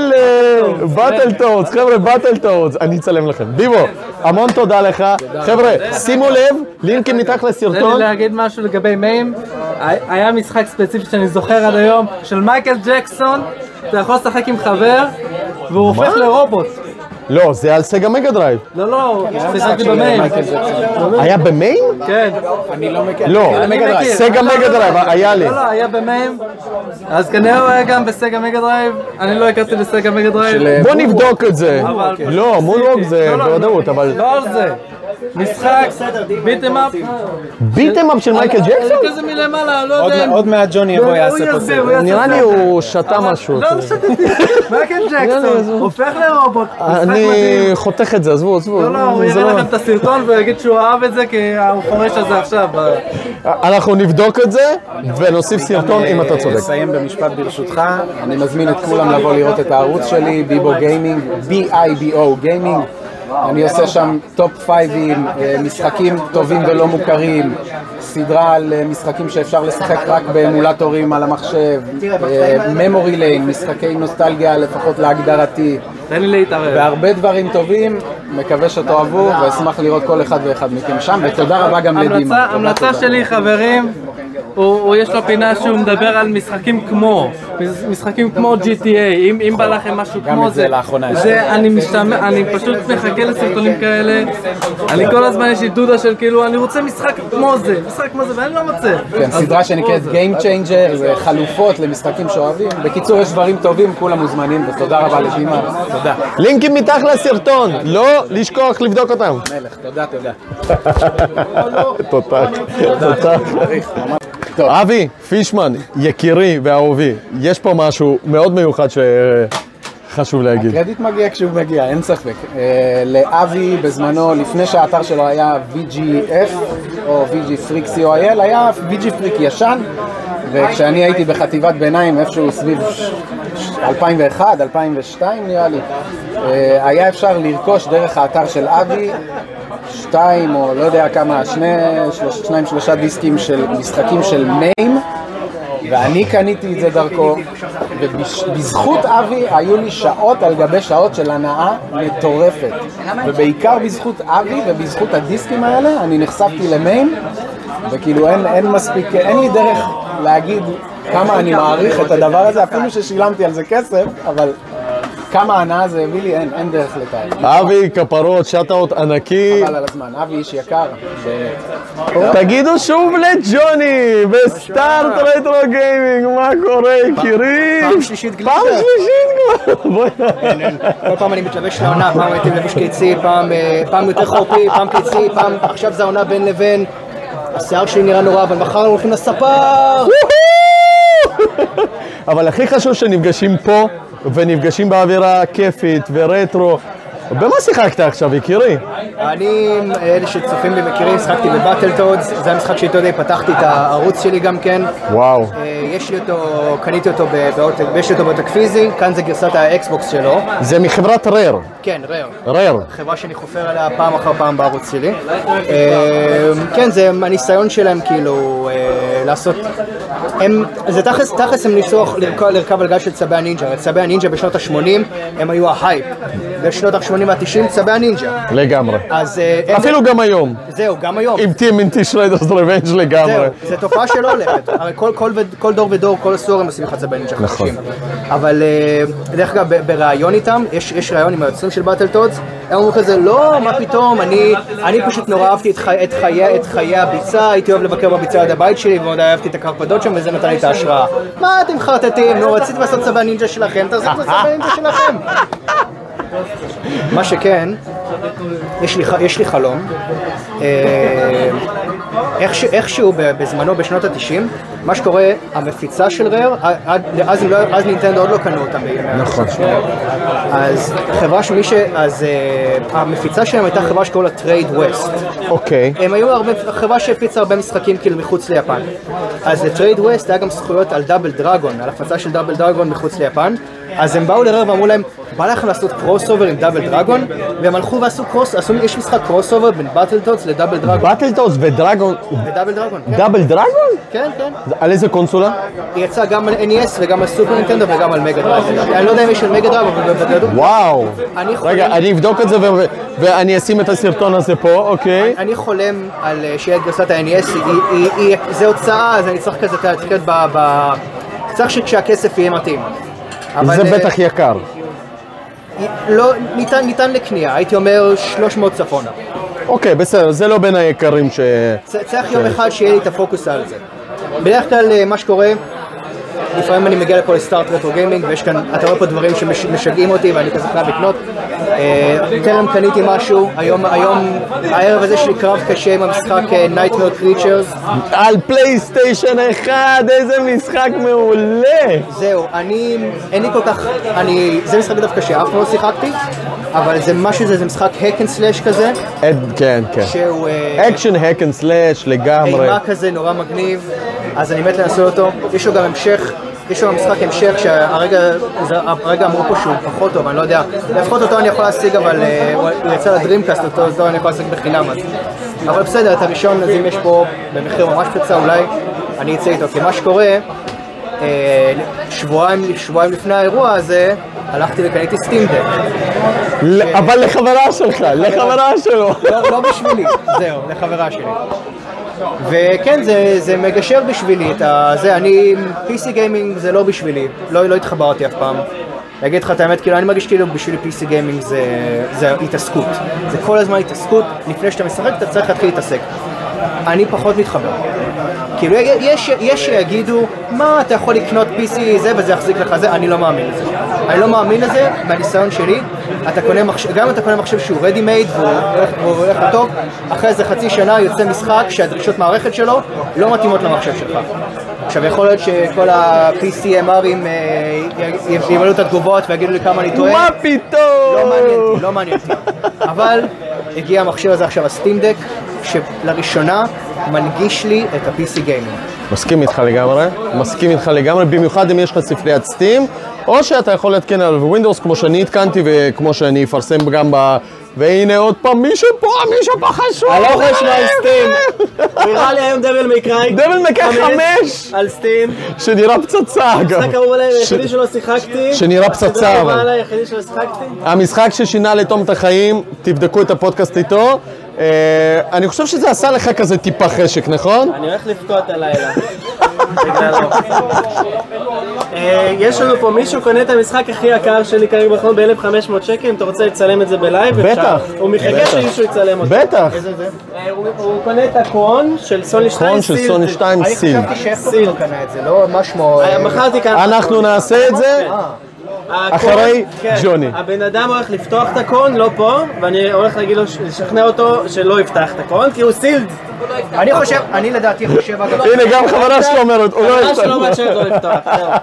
באטל טורדס, חבר'ה, באטל טורדס, אני אצלם לכם. ביבו, המון תודה לך. חבר'ה, שימו לב, לינקים מתחת לסרטון. תן לי להגיד משהו לגבי מיים. היה משחק ספציפי שאני זוכר עד היום, של מייקל ג'קסון, אתה יכול לשחק עם חבר, והוא הופך לרובוט. לא, זה על סגה מגה דרייב. לא, שיחקתי במיים. היה במיים? כן. אני לא מכיר. לא, סגה מגה דרייב, היה לי. לא, היה במיים. אז כנראה הוא היה גם בסגה מגה דרייב. אני לא הכרתי בסגה מגה דרייב. בוא נבדוק את זה. לא, מולרוג זה בוודאות, אבל... לא על זה. משחק, ביטם-אפ. ביטם-אפ של מייקל ג'קסון? כזה מלמעלה, לא יודע. עוד מעט ג'וני יבוא יעשה פה סרט. נראה לי הוא שתה משהו. לא שתתי. מייקל ג'קסון הופך לרובוט. אני חותך את זה, עזבו. לא, הוא יראה לכם את הסרטון ויגיד שהוא אהב את זה כי הוא חורש על זה עכשיו. אנחנו נבדוק את זה ונוסיף סרטון אם אתה צודק. נסיים במשפט ברשותך. אני מזמין את כולם לבוא לראות את הערוץ שלי, ביבו גיימינג, B-I-B-O גיימינג. אני עושה שם טופ 5 משחקים טובים ולא מוכרים, סדרה על משחקים שאפשר לשחק רק באמולטורים על המחשב, memory lane, משחקי נוסטלגיה לפחות להגדרתי, תן לי להתערב. והרבה דברים טובים, מקווה שתאהבו ואשמח לראות כל אחד ואחד מכם שם, ותודה רבה גם לדימה. המלצה שלי חברים, יש לו פינה שהוא מדבר על משחקים כמו GTA, אם בא לכם משהו כמו זה, אני פשוט מחכה לסרטונים כאלה, אני כל הזמן יש לי דודה של כאילו, אני רוצה משחק כמו זה, ואני לא מוצא. כן, סדרה שנקראת Game Changer, זה חלופות למשחקים שאוהבים. בקיצור, יש דברים טובים, כולם מוזמנים, ותודה רבה לדימה, תודה. לינקים מתחת לסרטון, לא לשכוח לבדוק אותם. מלך, תודה. תותח. אבי, פישמן, יקירי ואהובי, יש פה משהו מאוד מיוחד חשוב להגיד. הקרדיט מגיע כשהוא מגיע, אין ספק. לאבי בזמנו, לפני שהאתר שלו היה VGF או VG-Freak.co.il, היה VG-Freak ישן, וכשאני הייתי בחטיבת ביניים, איפשהו סביב 2001, 2002 נראה לי, היה אפשר לרכוש דרך האתר של אבי 2 או לא יודע כמה, 2-3 דיסקים של משחקים של מיים, ואני קניתי את זה דרכו, ובזכות אבי היו לי שעות על גבי שעות של הנאה מטורפת, ובעיקר בזכות אבי ובזכות הדיסקים האלה אני נחשפתי למיים, וכאילו אין מספיק, אין לי דרך להגיד כמה אני מעריך את הדבר הזה, אפילו ששילמתי על זה כסף, אבל כמה הנאה זה הביא לי, אין דרך לתאר. אבי, כפרות, שאט-אאוט ענקי. חבל על הזמן, אבי איש יקר. תגידו שוב לג'וני, בסטארט רטרו גיימינג, מה קורה יקירים? פעם שלישית גלידה. פעם שלישית כבר. כל פעם אני מתלבש לעונה, פעם הייתי לבוש קיצי, פעם יותר חורפי, פעם קיצי, פעם עכשיו זה העונה בין לבין. השיער שלי נראה נורא, אבל מחר הולכים לספר. אבל הכי חשוב שנפגשים פה, ונפגשים באווירה כיפית ורטרו. במה שיחקת עכשיו, יקירי? אני, אלה שצופים לי מכירים, שחקתי בבטלטודס, זה המשחק שאיתו די פתחתי את הערוץ שלי גם כן. וואו. יש לי אותו, קניתי אותו יש לי אותו בעותק פיזי, כאן זה גרסת האקסבוקס שלו. זה מחברת רר. כן, רר. רר. חברה שאני חופר עליה פעם אחר פעם בערוץ שלי. כן, זה הניסיון שלהם כאילו לעשות... זה תכלס הם ניסוח לרכב על גל של צבי הנינג'ה. צבי הנינג'ה בשנות ה-80 הם היו ההייפ. בשנות ה-80 וה-90 צבי הנינג'ה. לגמרי. אפילו גם היום. זהו, גם היום. עם TMNT שריידרס ריבנג' לגמרי. זהו, זו תופעה שלא הולכת. הרי כל דור ודור, כל עשור הם עושים לך צבי נינג'ה חדשים. אבל דרך אגב, בראיון איתם, יש ראיון עם היוצרים של באטלטודס, הם אמרו כזה, לא, מה פתאום, אני פשוט נורא אהבתי את חיי הביצה, הייתי אוהב לבקר בביצה עד הבית שלי, ומאוד אהבתי את הקרפדות שם, וזה נתן לי את ההשראה. מה אתם חרטטים? נו, רציתם לעשות צבי הנינג'ה שלכם, תעשו את הצבי הנינג'ה שלכם. מה שכן, יש לי חלום, איכשהו בזמנו בשנות ה-90, מה שקורה, המפיצה של רר, אז נינטנדו עוד לא קנו אותם בימי. נכון. אז המפיצה שלהם הייתה חברה שקוראים לה טרייד ווסט. אוקיי. הם היו חברה שהפיצה הרבה משחקים כאילו מחוץ ליפן. אז לטרייד ווסט היה גם זכויות על דאבל דרגון, על הפצה של דאבל דרגון מחוץ ליפן. אז הם באו לרר ואמרו להם, בא לכם לעשות קרוס אובר עם דאבל דרגון, והם הלכו ועשו יש משחק קרוס אובר בין באטלטודס לדאבל דרגון. באטלטודס ודרגון? ודאבל דרגון, כן. דאבל דרגון? כן, כן. על איזה קונסולה? היא יצאה גם על NES וגם על סופר נינטנדו וגם על מגה דרייב. אני לא יודע אם יש על מגה דרייב, אבל בגדול. וואו. רגע, אני אבדוק את זה ואני אשים את הסרטון הזה פה, אוקיי? אני חולם על שיהיה את גרסת ה-NES, זה הוצאה, אז אני צריך כזה להתחיל צריך שכשהכסף יהיה מתאים. זה בטח יקר. לא, ניתן לקנייה, הייתי אומר 300 צפונה. אוקיי, בסדר, זה לא בין היקרים ש... צריך יום אחד שיהיה לי את הפוקוס על זה. בדרך כלל מה שקורה, לפעמים אני מגיע לפה לסטארט רטרו גיימינג, ויש כאן, אתה רואה פה דברים שמשגעים אותי ואני כזה חייב לקנות. טרם קניתי משהו, היום הערב הזה שלי קרב קשה עם המשחק Nightmare Creatures. על פלייסטיישן 1, איזה משחק מעולה! זהו, אין לי כל כך, זה משחק דווקא שאף לא שיחקתי, אבל זה משהו, זה משחק hack and slash כזה. כן, כן. שהוא... אקשן hack and slash לגמרי. אימה כזה נורא מגניב, אז אני מת לנסות אותו. יש לו גם המשך. יש לו משחק המשך שהרגע אמרו פה שהוא פחות טוב, אני לא יודע, לפחות אותו אני יכול להשיג, אבל הוא יצא לדרימקאסט, אותו אני יכול להשיג בחינם. אבל בסדר, את הראשון, אז אם יש פה במחיר ממש פצע, אולי אני אצא איתו, כי מה שקורה, שבועיים לפני האירוע הזה, הלכתי וקניתי סטים דק. אבל לחברה שלך, לחברה שלו. לא בשבילי, זהו, לחברה שלי. וכן, זה מגשר בשבילי, PC גיימינג זה לא בשבילי, לא התחברתי אף פעם. להגיד לך את האמת, כאילו אני מרגיש כאילו בשבילי PC גיימינג זה התעסקות. זה כל הזמן התעסקות, לפני שאתה משחק אתה צריך להתחיל להתעסק. אני פחות מתחבר. כאילו יש שיגידו, מה אתה יכול לקנות PC זה וזה יחזיק לך זה, אני לא מאמין לזה. אני לא מאמין לזה, מהניסיון שלי, גם אם אתה קונה מחשב שהוא ready made והוא הולך לטוב, אחרי איזה חצי שנה יוצא משחק שהדרישות מערכת שלו לא מתאימות למחשב שלך. עכשיו יכול להיות שכל ה-PC MR'ים ימלאו את התגובות ויגידו לי כמה אני טועה. מה פתאום? לא מעניין אותי. אבל הגיע המכשיר הזה עכשיו, הסטים דק, שלראשונה מנגיש לי את ה-PC גיימינג. מסכים איתך לגמרי, במיוחד אם יש לך ספריית סטים, או שאתה יכול להתקן עליו ווינדוס כמו שאני התקנתי וכמו שאני אפרסם גם והנה עוד פעם מישהו פה חשוב. אני לא יכול לשמוע על סטים. נראה לי היום דבל מקראי. דבל מקראי 5. על סטים. שנראה פצצה אגב. המשחק קרוב עליי, היחידי שלא שיחקתי. שנראה פצצה אבל. היחידי שלא שיחקתי. המשחק ששינה לתום את החיים, תבדקו את הפודקאסט איתו. אני חושב שזה עשה לך כזה טיפה חשק, נכון? אני הולך לבכות הלילה. יש לנו פה מישהו קונה את המשחק הכי יקר שלי כרגע בחום ב-1,500 שקל, אם אתה רוצה לצלם את זה בלייב, בטח. הוא מחכה שמישהו יצלם אותו. בטח. איזה זה? הוא קונה את הקרון של סוני 2 סילד. קרון של סוני 2 סילד. אני חשבתי שאפילו קנה את זה, לא משמו... מכרתי כאן... אנחנו נעשה את זה אחרי ג'וני. הבן אדם הולך לפתוח את הקרון, לא פה, ואני הולך להגיד לו, לשכנע אותו שלא יפתח את הקרון, כי הוא סילד. אני לדעתי חושב אגב... הנה גם חברה שלו אומרת, הוא לא יפתח. חברה שלו אומרת שלא לפתוח.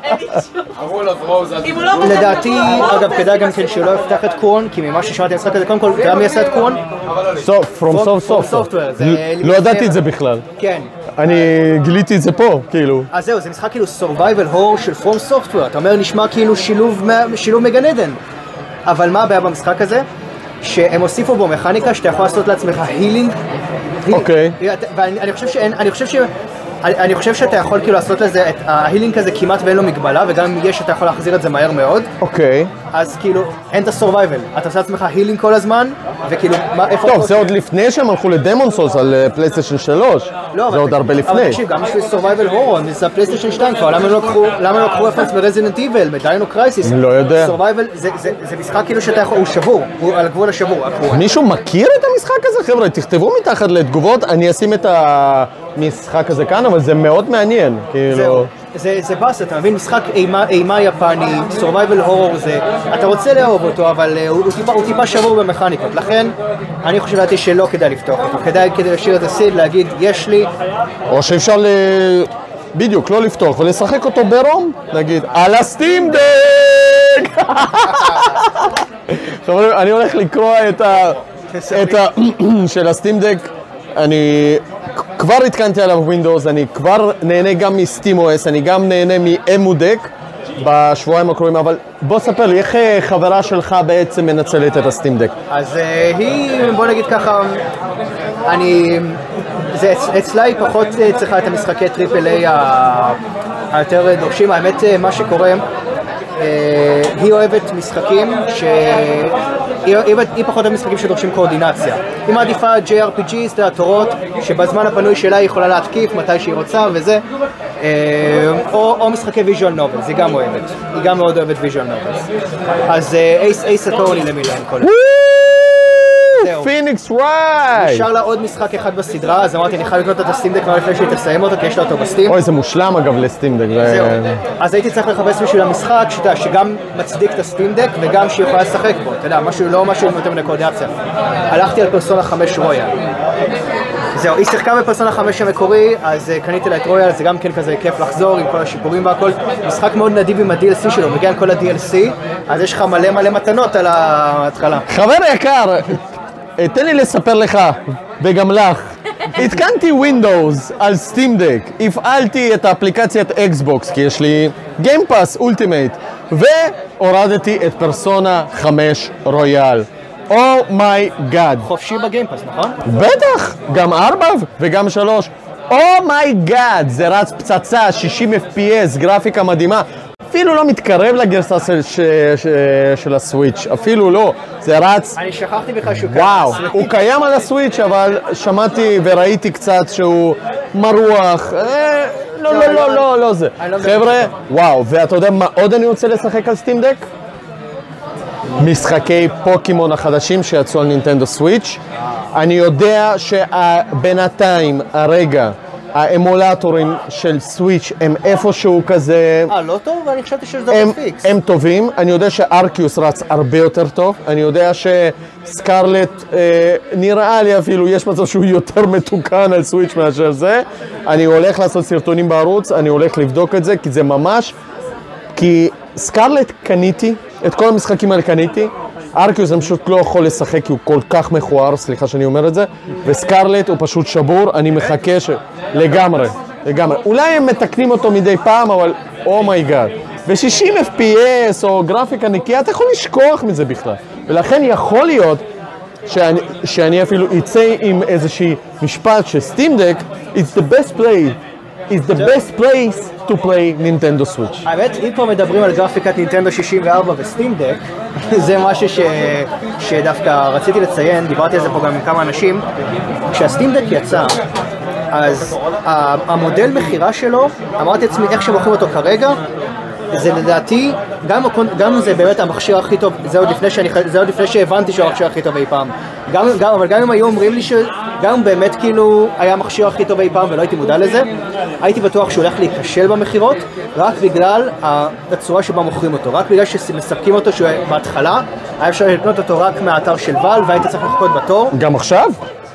לדעתי, אגב, כדאי גם כן שלא יפתח את קרון, כי ממה ששמעתי המשחק הזה, קודם כל, גם יעשה את קרון. From Software. לא ידעתי את זה בכלל. כן. אני גיליתי את זה פה, כאילו. אז זהו, זה משחק כאילו survival horror של From Software. אתה אומר, נשמע כאילו שילוב מגן עדן. אבל מה הבעיה במשחק הזה? שהם הוסיפו בו מכניקה שאתה יכול לעשות לעצמך הילינג. אוקיי. אני חושב שאתה יכול כאילו לעשות לזה, ההילינג הזה כמעט ואין לו מגבלה, וגם אם יש אתה יכול להחזיר את זה מהר מאוד. אוקיי. אז כאילו, אין את ה-survival. אתה עושה לעצמך הילינג כל הזמן, וכאילו, איפה... טוב, זה עוד לפני שהם הלכו לדמון סולס על פלייסטיישן 3. זה עוד הרבה לפני. אבל תקשיב, גם בשביל survival horror, זה הפלייסטיישן 2 כבר, למה הם לא לקחו רפרנס מרזידנט איבל, מדיינו קרייסיס? לא יודע. survival, זה משחק כאילו שאתה יכול, הוא שבור, הוא על הגבול השבור. מישהו מכיר את המשחק הזה? חבר'ה, תכתבו מתחת לתגובות, אני אשים את המשחק הזה כאן, אבל זה מאוד מעניין, כאילו... זה באס, אתה מבין? משחק אימה יפני, survival horror זה... אתה רוצה לאהוב אותו, אבל הוא טיפה שבור במכניקות. לכן, אני חושב לדעתי שלא כדאי לפתוח אותו. כדאי להשאיר את הסיד, להגיד, יש לי... או שאפשר בדיוק, לא לפתוח, ולשחק אותו ברום, נגיד, על הסטים דק! חברים, אני הולך לקרוא את של הסטים דק. אני כבר התקנתי עליו ווינדוס, אני כבר נהנה גם מסטים OS, אני גם נהנה מאמודק בשבועיים הקרובים, אבל בוא ספר לי, איך חברה שלך בעצם מנצלת את הסטים דק? אז היא, בוא נגיד ככה, אצלה היא פחות צריכה את המשחקי טריפל איי היותר דורשים, האמת מה שקורה, היא אוהבת משחקים היא פחות המשחקים שדורשים קואורדינציה. היא מעדיפה JRPG, זה התורות, שבזמן הפנוי שלה היא יכולה להתקיף מתי שהיא רוצה וזה, או משחקי ויז'ואל נובלס, היא גם אוהבת. היא גם מאוד אוהבת ויז'ואל נובלס. אז אייס אטורני למיליון כל זה. פיניקס רייט! נשאר לה עוד משחק אחד בסדרה, אז אמרתי, אני חייב לקנות את הסטים דק כבר לפני שהיא תסיים אותו, כי יש לה אותו בסטים. אוי, זה מושלם אגב לסטים דק. זהו. אז הייתי צריך לחפש בשביל המשחק, שגם מצדיק את הסטים דק, וגם שהיא יכולה לשחק בו. אתה יודע, לא משהו יותר מן קואורדינציה. הלכתי על פרסונה 5 רויאל. זהו, היא שיחקה בפרסונה 5 המקורי, אז קניתי לה את רויאל, זה גם כן כזה כיף לחזור עם כל השיפורים והכל. משחק מאוד נדיב עם ה-DLC שלו, מגיע עם כל ה-DLC, אז יש לך מלא מתנות על ההתחלה. חבר יקר, תן לי לספר לך, וגם לך. התקנתי ווינדוס על סטים דק, הפעלתי את האפליקציית אקסבוקס, כי יש לי גיימפאס אולטימייט, והורדתי את פרסונה 5 רויאל. אומייגאד. חופשי בגיימפאס, נכון? בטח, גם 4 וגם 3. אומייגאד, זה רץ פצצה, 60 FPS, גרפיקה מדהימה. אפילו לא מתקרב לגרסה של הסוויץ', אפילו לא, זה רץ... אני שכחתי בכלל שהוא קיים. וואו, הוא קיים על הסוויץ', אבל שמעתי וראיתי קצת שהוא מרוח, לא זה. חבר'ה, וואו, ואתה יודע מה עוד אני רוצה לשחק על סטים דק? משחקי פוקימון החדשים שיצאו על נינטנדו סוויץ'. אני יודע שבינתיים, הרגע, האמולטורים של סוויץ' הם איפשהו כזה... לא טוב? אני חשבתי שזה דבר פיקס. הם טובים, אני יודע שארקיוס רץ הרבה יותר טוב, אני יודע שסקרלט נראה לי אפילו, יש מצב שהוא יותר מתוקן על סוויץ' מאשר זה. אני הולך לעשות סרטונים בערוץ, אני הולך לבדוק את זה, כי זה ממש כי סקרלט קניתי, את כל המשחקים האלה קניתי, ארקיוס אני פשוט לא יכול לשחק כי הוא כל כך מכוער, סליחה שאני אומר את זה, וסקרלט הוא פשוט שבור, אני מחכה לגמרי. אולי הם מתקנים אותו מדי פעם, אבל אומייגאד. ו-60 FPS או גרפיקה נקייה, אתה יכול לשכוח מזה בכלל. ולכן יכול להיות שאני אפילו אצא עם איזושהי משפט שסטים דק, it's the best place to play Nintendo Switch. האמת, אם פה מדברים על גרפיקת נינטנדו 64 וסטים דק, זה משהו שדווקא רציתי לציין, דיברתי על זה פה גם עם כמה אנשים, כשהסטים דק יצא, אז המודל מחירה שלו, אמרתי לעצמי איך שמוכרים אותו כרגע, זה לדעתי, גם זה באמת המכשיר הכי טוב, זה עוד לפני שהבנתי שהוא המכשיר הכי טוב אי פעם. אבל גם אם היו אומרים לי שגם באמת כאילו היה המכשיר הכי טוב אי פעם ולא הייתי מודע לזה, הייתי בטוח שהוא הולך להיכשל במחירות, רק בגלל הצורה שבה מוכרים אותו, רק בגלל שמספקים אותו בהתחלה, היה אפשר לקנות אותו רק מהאתר של ואל והייתי צריך לחכות בתור. גם עכשיו?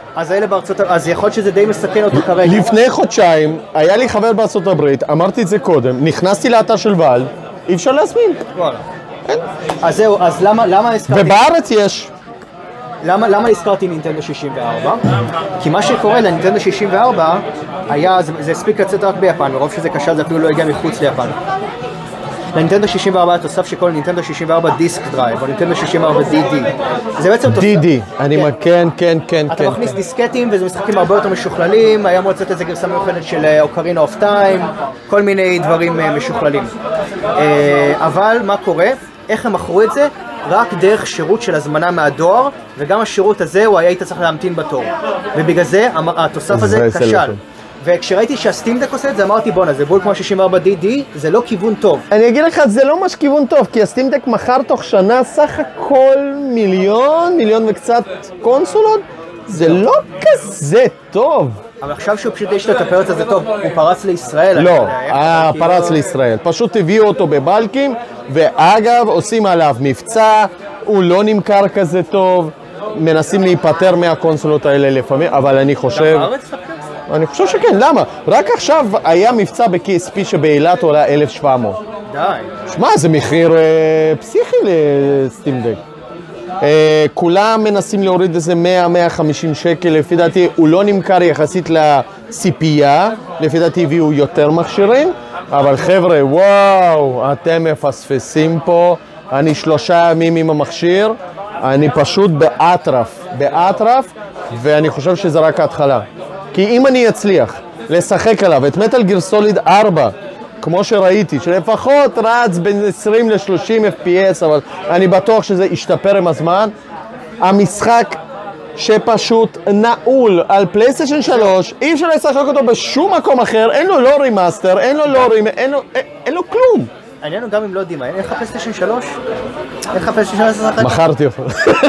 אז יכול להיות שזה די מסכן אותו כרגע. לפני חודשיים, היה לי חבר בארצות הברית, אמרתי את זה קודם, נכנסתי לאתר של ואל, אי אפשר להזמין. וואלה. אז זהו, אז למה הזכרתי... ובארץ יש. למה הזכרתי נינטנדו 64? כי מה שקורה לנינטנדו 64 היה, זה הספיק לצאת רק ביפן, מרוב שזה קשה זה אפילו לא הגיע מחוץ ליפן. לנינטנדו 64 היה תוסף שכל נינטנדו 64 דיסק דרייב, או נינטנדו 64 DD. זה בעצם תוסף... DD, כן. אתה מכניס דיסקטים וזה משחקים הרבה יותר משוכללים, היה מוצאת איזה גרסה מיוחדת של אוקרינה אוף טיים, כל מיני דברים משוכללים. אבל מה קורה? איך הם מכרו את זה? רק דרך שירות של הזמנה מהדואר, וגם השירות הזה הוא היית צריך להמתין בתור. ובגלל זה התוסף הזה כשל. וכשראיתי שהסטים דק עושה את זה, אמרתי בונה, זה בול כמו 64DD, זה לא כיוון טוב. אני אגיד לך, זה לא ממש כיוון טוב, כי הסטים דק מכר תוך שנה סך הכל מיליון וקצת קונסולות, זה לא כזה טוב. אבל עכשיו שהוא פשוט יש לו את הפרץ הזה טוב, הוא פרץ לישראל. לא, פרץ לישראל. פשוט הביאו אותו בבלקים, ואגב, עושים עליו מבצע, הוא לא נמכר כזה טוב, מנסים להיפטר מהקונסולות האלה לפעמים, אבל אני חושב... אני חושב שכן, למה? רק עכשיו היה מבצע ב-KSP שבאילת עולה 1,700. די. שמע, זה מחיר פסיכי לסטים דק. כולם מנסים להוריד איזה 100-150 שקל, לפי דעתי הוא לא נמכר יחסית לציפייה, לפי דעתי הביאו יותר מכשירים, אבל חבר'ה, וואו, אתם מפספסים פה, אני 3 ימים עם המכשיר, אני פשוט באטרף, ואני חושב שזה רק ההתחלה. כי אם אני אצליח לשחק עליו את מטל גיר סוליד 4, כמו שראיתי, שלפחות רץ בין 20 ל-30 FPS, אבל אני בטוח שזה ישתפר עם הזמן, המשחק שפשוט נעול על פלייסטיישן 3, אי אפשר לשחק אותו בשום מקום אחר, אין לו לא רימאסטר, אין לו כלום. העניין הוא גם אם לא דימה, אין לך פלייסטיישן 3? אין לך פלייסטיישן 3? מכרתי אותו.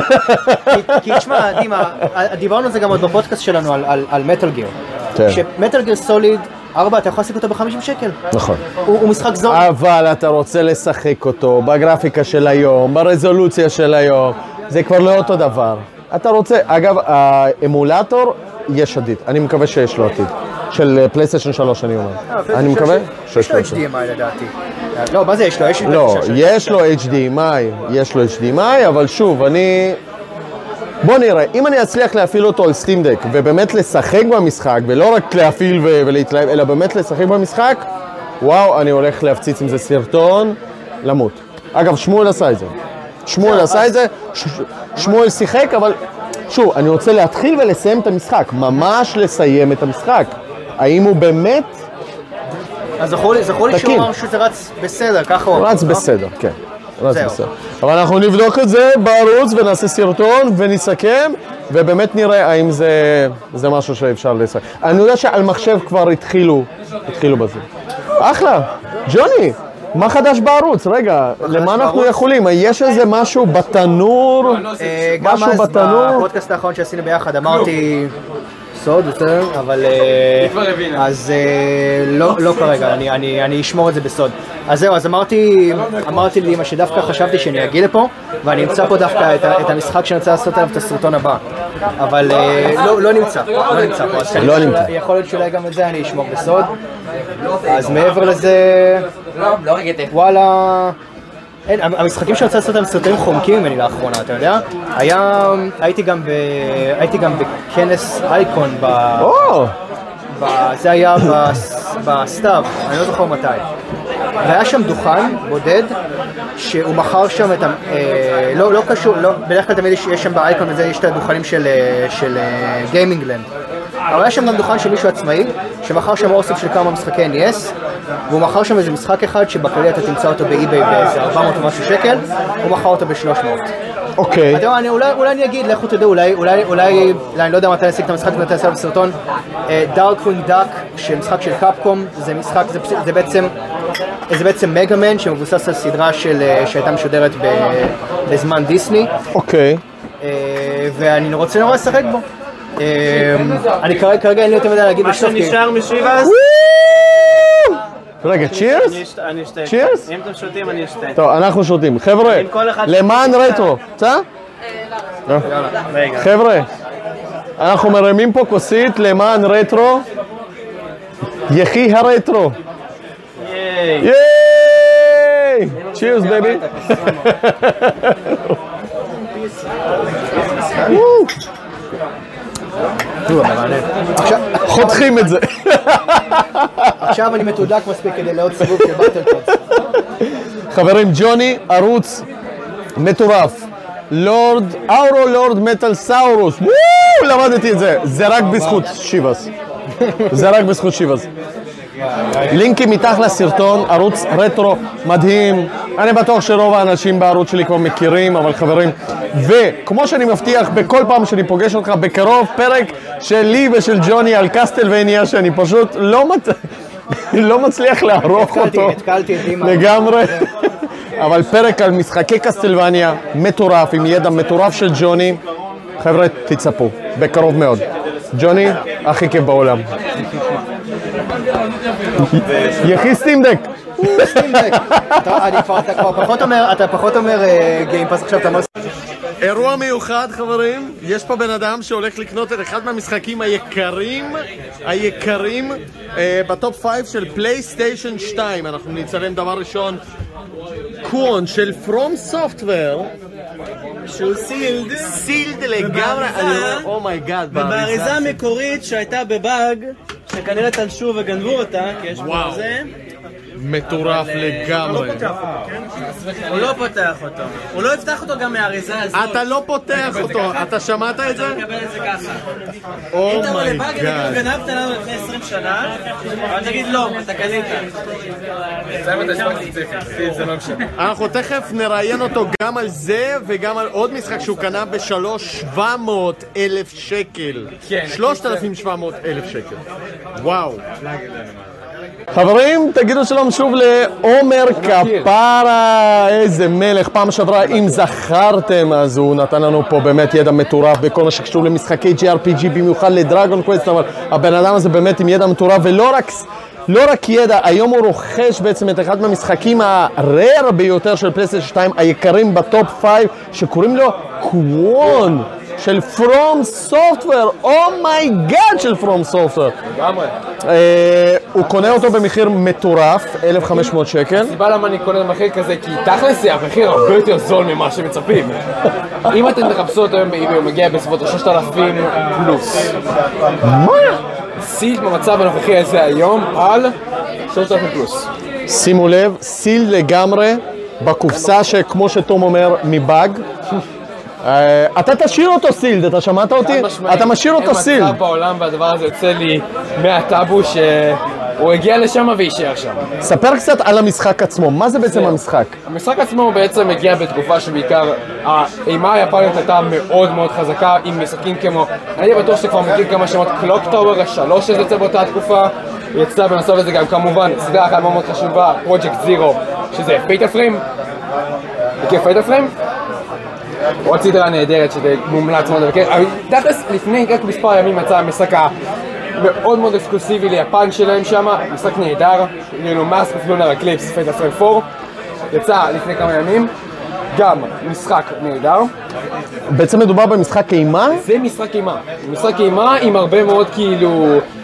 כי תשמע, דימה, דיברנו על זה גם עוד בפודקאסט שלנו על מטל גיר. שמטל גיר סוליד 4 אתה יכול להשיג אותו ב-50 שקל. נכון. הוא משחק זול. אבל אתה רוצה לשחק אותו בגרפיקה של היום, ברזולוציה של היום, זה כבר לא אותו דבר. אתה רוצה, אגב, האמולטור יש עתיד, אני מקווה שיש לו עתיד. של פלייסטיישן 3 אני אומר. אני מקווה שיש לו HDMI לדעתי. לא, מה זה יש לו? לא, יש לו HDMI, אבל שוב, בוא נראה, אם אני אצליח להפעיל אותו על סטים דק, ובאמת לשחק במשחק, ולא רק להפעיל ולהתלהב, אלא באמת לשחק במשחק, וואו, אני הולך להפציץ עם זה סרטון, למות. אגב, שמואל עשה את זה, שמואל שיחק, אבל שוב, אני רוצה להתחיל ולסיים את המשחק, ממש לסיים את המשחק. האם הוא באמת... אז זכור לי שהוא אמר שזה רץ בסדר, ככה הוא... רץ בסדר, כן. אבל אנחנו נבדוק את זה בערוץ ונעשה סרטון ונסכם ובאמת נראה האם זה משהו שאפשר לשחק. אני יודע שעל מחשב כבר התחילו בזה. אחלה, ג'וני, מה חדש בערוץ? רגע, למה אנחנו יכולים? יש איזה משהו בתנור? גם אז בפודקאסט האחרון שעשינו ביחד אמרתי סוד יותר, אבל אז לא כרגע, אני אשמור את זה בסוד. אז זהו, אז אמרתי לאמא שדווקא חשבתי שאני אגיע לפה, ואני אמצא פה דווקא את המשחק שאני רוצה לעשות עליו את הסרטון הבא. אבל לא נמצא פה, אז יכול להיות שאולי גם את זה אני אשמור בסוד. אז מעבר לזה, לא ראיתי. וואלה... אין, המשחקים שאני רוצה לעשות הם סרטים חומקים ממני לאחרונה, אתה יודע? הייתי גם בכנס אייקון זה היה בסתיו, אני לא זוכר מתי. והיה שם דוכן בודד שהוא מכר שם את לא קשור, בדרך כלל תמיד יש שם באייקון וזה יש את הדוכנים של גיימינגלנד. אבל היה שם גם דוכן של מישהו עצמאי שמכר שם אוסף של כמה משחקי NES והוא מכר שם איזה משחק אחד שבכללי אתה תמצא אותו באי-ביי באיזה 400 ומשהו שקל, הוא מכר אותו ב-300. אוקיי. אתה יודע, אולי אני אגיד, לכו תדעו, אולי, אני לא יודע מתי להשיג את המשחק, מתי להשיג בסרטון, Darkwing Duck, שמשחק של קאפקום, זה בעצם מגאמן שמבוסס על סדרה שהייתה משודרת בזמן דיסני. אוקיי. ואני רוצה נורא לשחק בו. אני כרגע אין לי יותר מדי להגיד מה שנשאר משיבאס? רגע, צ'ירס? אני אשתה. צ'ירס? אם אתם שותים, אני אשתה. טוב, אנחנו שותים. חבר'ה, למען רטרו. צא? חבר'ה, אנחנו מרימים פה כוסית למען רטרו. יחי הרטרו. ייי! צ'ירס, בייבי. חותכים את זה. עכשיו אני מתודק מספיק כדי לעוד סיבוב של באטלטונס. חברים, ג'וני, ערוץ מטורף. אורו לורד מטל סאורוס. למדתי את זה. זה רק בזכות שיבאס. זה רק בזכות שיבאס. לינקים מתחת לסרטון, ערוץ רטרו מדהים. אני בטוח שרוב האנשים בערוץ שלי כבר מכירים, אבל חברים, וכמו שאני מבטיח בכל פעם שאני פוגש אותך בקרוב, פרק שלי ושל ג'וני על קסטלווניה, שאני פשוט לא מצליח לערוך אותו לגמרי. אבל פרק על משחקי קסטלווניה מטורף, עם ידע מטורף של ג'וני. חבר'ה, תצפו, בקרוב מאוד. ג'וני, הכי כיף בעולם. יחי סטימדק. אתה פחות אומר גיימפאס, עכשיו אתה אומר... אירוע מיוחד, חברים. יש פה בן אדם שהולך לקנות את אחד מהמשחקים היקרים בטופ 5 של פלייסטיישן 2. אנחנו נצלם דבר ראשון קוון של From Software שהוא סילד לגמרי. אומייגאד, ובאריזה המקורית שהייתה בבאג שכנראה תלשו וגנבו אותה, כי יש פה זה מטורף לגמרי. הוא לא פותח אותו. הוא לא יפתח אותו גם מהאריזה הזאת. אתה לא פותח אותו, אתה שמעת את זה? אני מקבל את זה ככה. אם אתה רואה לבאג, אני גנבת לנו לפני 20 שנה, אבל תגיד לא, אתה קנית. אנחנו תכף נראיין אותו גם על זה וגם על עוד משחק שהוא קנה ב3,700,000 שקל. 3,700,000 שקל. וואו. חברים, תגידו שלום שוב לעומר כפרה, איזה מלך. פעם שעברה, אם זכרתם, אז הוא נתן לנו פה באמת ידע מטורף בכל מה שקשור למשחקי JRPG, במיוחד לדרגון קווסט, אבל הבן אדם הזה באמת עם ידע מטורף, ולא רק ידע, היום הוא רוכש בעצם את אחד מהמשחקים הרר ביותר של פלייסטיישן 2, היקרים בטופ 5, שקוראים לו קוון. של From Software, אומייגאד של From Software. לגמרי. הוא קונה אותו במחיר מטורף, 1,500 שקל. הסיבה למה אני קונה במחיר כזה, כי תכלס זה המחיר הרבה יותר זול ממה שמצפים. אם אתם תחפשו אותו היום באיבי, הוא מגיע בסביבות 3,000 פלוס. מה? סילד במצב הנוכחי הזה היום על 3,000 פלוס. שימו לב, סילד לגמרי, בקופסה שכמו שתום אומר, מבאג. אתה תשאיר אותו סילד, אתה שמעת אותי? אתה משאיר אותו סילד. אין מצב בעולם והדבר הזה יוצא לי מהטאבו שהוא הגיע לשם ויישאר שם. ספר קצת על המשחק עצמו, מה זה בעצם המשחק? המשחק עצמו בעצם הגיע בתקופה שבעיקר האימה היפנית הייתה מאוד מאוד חזקה עם משחקים כמו, אני בטוח שאתה כבר מכיר כמה שמות, קלוק טאוור ה3 שזה יצא באותה תקופה, יצא בנוסף לזה גם כמובן סדרה אחת מאוד חשובה, פרויקט זירו, שזה פייטל פריים. מכיר פייטל פריים? עוד סדרה נהדרת שזה מומלץ מאוד לבקר, אבל תכלס לפני רק מספר ימים יצא המשחק המאוד מאוד אקסקלוסיבי ליפן שלהם שם, משחק נהדר, נראינו מאסק פלונר אקליפס פייטל פריים 4, יצא לפני כמה ימים, גם משחק נהדר. בעצם מדובר במשחק אימה? זה משחק אימה, משחק אימה עם הרבה מאוד כאילו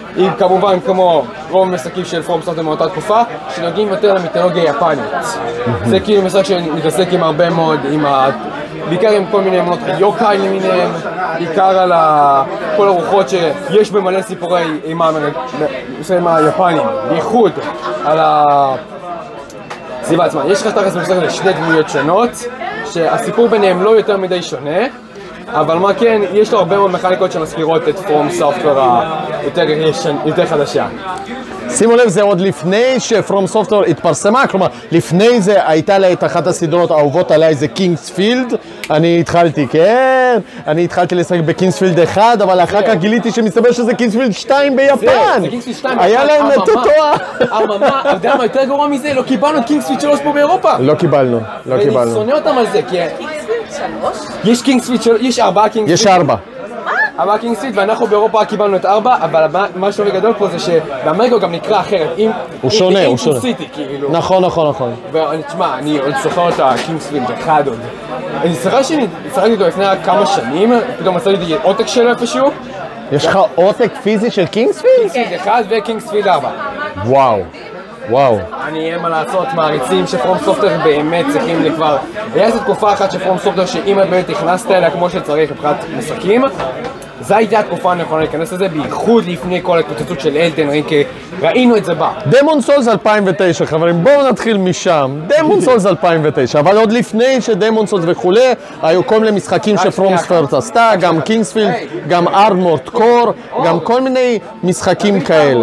היא כמובן כמו רוב המשחקים של פרום סופטוור מאותה תקופה, שנוגעים יותר למיתולוגיה היפנית. זה כאילו משחק שמתעסק עם הרבה מאוד, בעיקר עם כל מיני אמונות יוקאי למיניהם, בעיקר על כל הרוחות שיש במלא סיפורי אימה היפנים, בייחוד על הסביבה עצמה. יש לך תכלס במשחק הזה שני דמויות שונות, שהסיפור ביניהם לא יותר מדי שונה, אבל מה כן, יש לו הרבה מאוד מכניקות שמזכירות את פרום סופטוור היותר חדשה. שימו לב, זה עוד לפני שפרום סופטוור התפרסמה, כלומר, לפני זה הייתה לה את אחת הסדרות האהובות עליי, זה קינגספילד. אני התחלתי לשחק בקינגספילד 1, אבל אחר כך גיליתי שמסתבר שזה קינגספילד 2 ביפן. זה קינגספילד 2 היה להם את אותו... אממה, אתה יודע מה יותר גרוע מזה? לא קיבלנו את קינגספילד 3 פה באירופה. לא קיבלנו. ואני שונא אותם על זה, כי... יש קינגספילד 3, יש 4 קינגספילד. יש 4. 4 קינגספילד, ואנחנו באירופה קיבלנו את 4, אבל מה שהוא גדול פה זה שבאמריקה הוא גם נקרא אחרת. הוא שונה, הוא שונה. סיטי, כאילו. נכון. ותשמע, אני עוד זוכר את הקינגספילד 1 עוד. אני זוכר שאני שחקתי אותו לפני כמה שנים, פתאום מצאתי עותק שלו איפשהו. יש לך עותק פיזי של קינגספילד? קינגספילד 1 וקינגספילד 4. וואו. אני אין מה לעשות, מעריצים שפרום סופטוור באמת צריכים כבר... היה איזו תקופה אחת שפרום סופטוור שאם באמת נכנסת אליה כמו שצריך מבחינת משחקים, זו הייתה התקופה הנכונה להיכנס לזה, בייחוד לפני כל התפוצצות של אלדן רינג, כי ראינו את זה בה. דמון סולס 2009, חברים, בואו נתחיל משם. דמון סולס 2009, אבל עוד לפני שדמון סולס וכולי, היו כל מיני משחקים שפרום סופטוור עשתה, גם קינגספילד, גם ארמורד קור, גם כל מיני משחקים כאלה.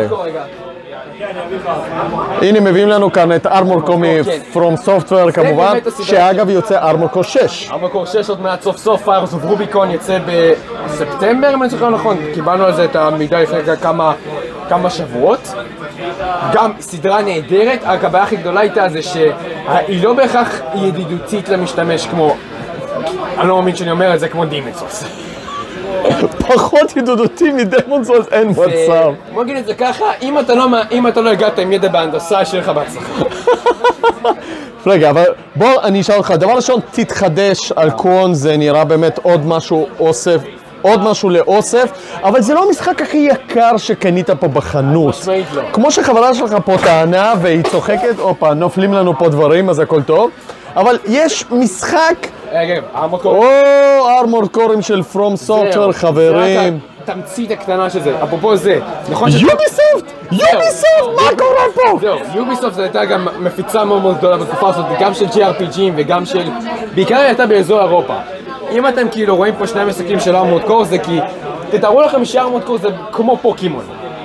הנה מביאים לנו כאן את ארמור קור מפרום סופטוור כמובן, שאגב יוצא ארמור קור 6. ארמור קור 6 עוד מעט סוף סוף, פיירס אוף רוביקון יצא בספטמבר, אם אני זוכר נכון, קיבלנו על זה את המידע לפני כמה שבועות. גם סדרה נהדרת, רק הבעיה הכי גדולה איתה זה שהיא לא בהכרח ידידותית למשתמש כמו, אני לא מאמין שאני אומר את זה, כמו דימון סולס. פחות ידידותי מדמון סולס אין מצב. בוא נגיד את זה ככה, אם אתה לא הגעת עם ידע בהנדסה, שיהיה לך בהצלחה. רגע, אבל בוא אני אשאל אותך, דבר ראשון, תתחדש על קוון, זה נראה באמת עוד משהו אוסף, עוד משהו לאוסף, אבל זה לא המשחק הכי יקר שקנית פה בחנות. משמעית לא. כמו שחברה שלך פה טענה והיא צוחקת, אופה, נופלים לנו פה דברים, אז הכל טוב. אבל יש משחק... ארמור קור. ארמור קורים של פרום סופטוור, חברים. זה התמצית הקטנה של זה, אפרופו זה. יוביסופט! מה קורה פה? זהו, יוביסופט זו הייתה גם מפיצה מאוד גדולה בתקופה הזאת, גם של JRPG'ים וגם של... בעיקר היא הייתה באזור אירופה. אם אתם כאילו רואים פה שני משחקים של ארמורד קור, זה כי... תתארו לכם שארמורד קור זה כמו פוקימון.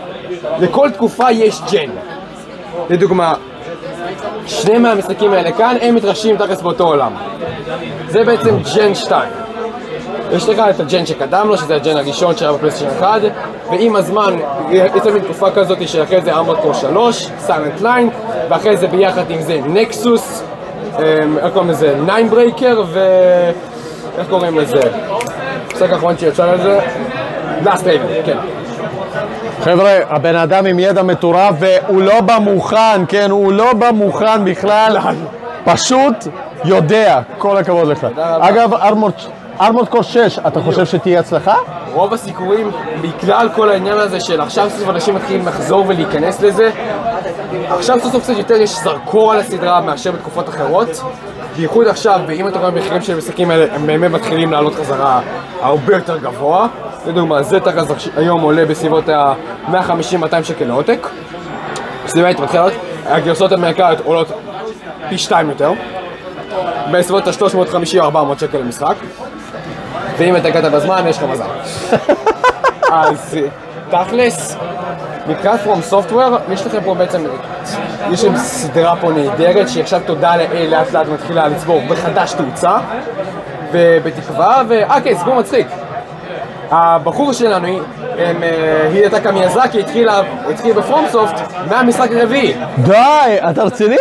לכל תקופה יש ג'ן. לדוגמה, שני מהמשחקים האלה כאן, הם מתרחשים תכלס באותו עולם. זה בעצם ג'ן 2. יש לך את הג'ן שקדם לו, שזה הג'ן הראשון שהיה בפלייסטיישן 1, ועם הזמן יצא מתקופה כזאת שאחרי זה ארמורד קור 3, סיילנט ליין, ואחרי זה ביחד עם זה נקסוס, איך קוראים לזה? ניינברייקר, איך קוראים לזה? משחק האחרון שיצא לזה? לאסט הייבן, כן. חבר'ה, הבן אדם עם ידע מטורף והוא לא בא מוכן, כן? הוא לא בא מוכן בכלל, פשוט יודע, כל הכבוד לך. אגב, ארמורד קור 6, אתה חושב שתהיה הצלחה? רוב הסיכויים, בגלל כל העניין הזה של עכשיו סוף אנשים מתחילים לחזור ולהיכנס לזה, עכשיו סוף קצת יותר יש זרקור על הסדרה מאשר בתקופות אחרות, בייחוד עכשיו, ואם אתה רואה מחירים של המשחקים האלה, הם באמת מתחילים לעלות חזרה הרבה יותר גבוה. לדוגמה, זה תכלס היום עולה בסביבות ה-150-200 שקל לעותק. זה באמת מתחילות, הגרסות האמריקאיות עולות פי 2 יותר, בסביבות ה-350-400 שקל למשחק. ואם אתה הגעת בזמן, יש לך מזל. אז תכלס, מבחינת פרום סופטוור, יש לכם פה בעצם, יש להם סדרה פה נהדרת, שעכשיו תודה לאט לאט מתחילה לצבור בחדש תאוצה, ובתקווה, כן, סיפור מצחיק. הבחור שלנו, הידטקה מיאזקי, התחיל בפרום סופט מהמשחק הרביעי. די, אתה רציני?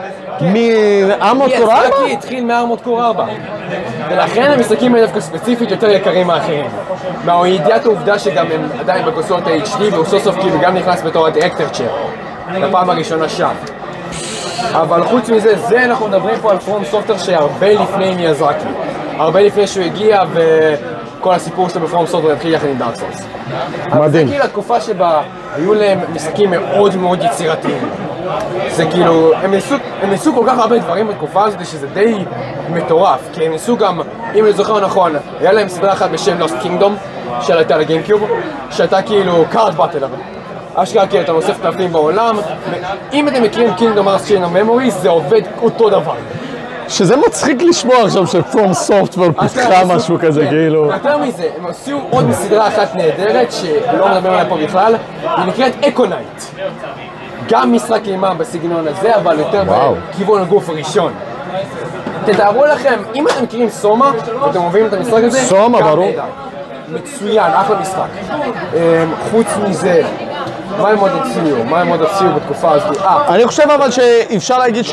מארמורד קור 4? מיאזקי התחיל מארמורד קור 4. ולכן המשחקים האלה דווקא ספציפית יותר יקרים מאחרים. מהידיעת העובדה שגם הם עדיין בקונסולות ה-HD, והוא סוף סוף כאילו גם נכנס בתור הדירקטור צ'ר. לפעם הראשונה שם. אבל חוץ מזה, זה אנחנו מדברים פה על פרום סופטוור שהרבה לפני מיאזקי. הרבה לפני שהוא הגיע כל הסיפור שלו בפרום סופטוור יתחיל יחד עם דארק סולס. מדהים. זה כאילו התקופה שבה היו להם משחקים מאוד מאוד יצירתיים. זה כאילו, הם ניסו כל כך הרבה דברים בתקופה הזאת שזה די מטורף, כי הם ניסו גם, אם אני זוכר נכון, היה להם סדרה אחת בשם Lost Kingdom, שהייתה לגיימקיוב, שהייתה כאילו קארד באטל, אשכרה כאילו אתה נוסף תפנים בעולם, אם אתם מכירים Kingdom Hearts Chain of Memories, זה עובד אותו דבר. שזה מצחיק לשמוע עכשיו שפרום סופטוור פיתחה משהו כזה, כאילו. יותר מזה, הם עשו עוד מסדרה אחת נהדרת, שלא מדברים עליה פה בכלל, היא נקראת אקונייט. גם משחק אימה בסגנון הזה, אבל יותר בכיוון הגוף הראשון. תתארו לכם, אם אתם מכירים סומה, ואתם אוהבים את המשחק הזה, סומה, ברור. מצוין, אחלה משחק. חוץ מזה, מה הם עוד הציעו בתקופה הזאת? אני חושב אבל שאפשר להגיד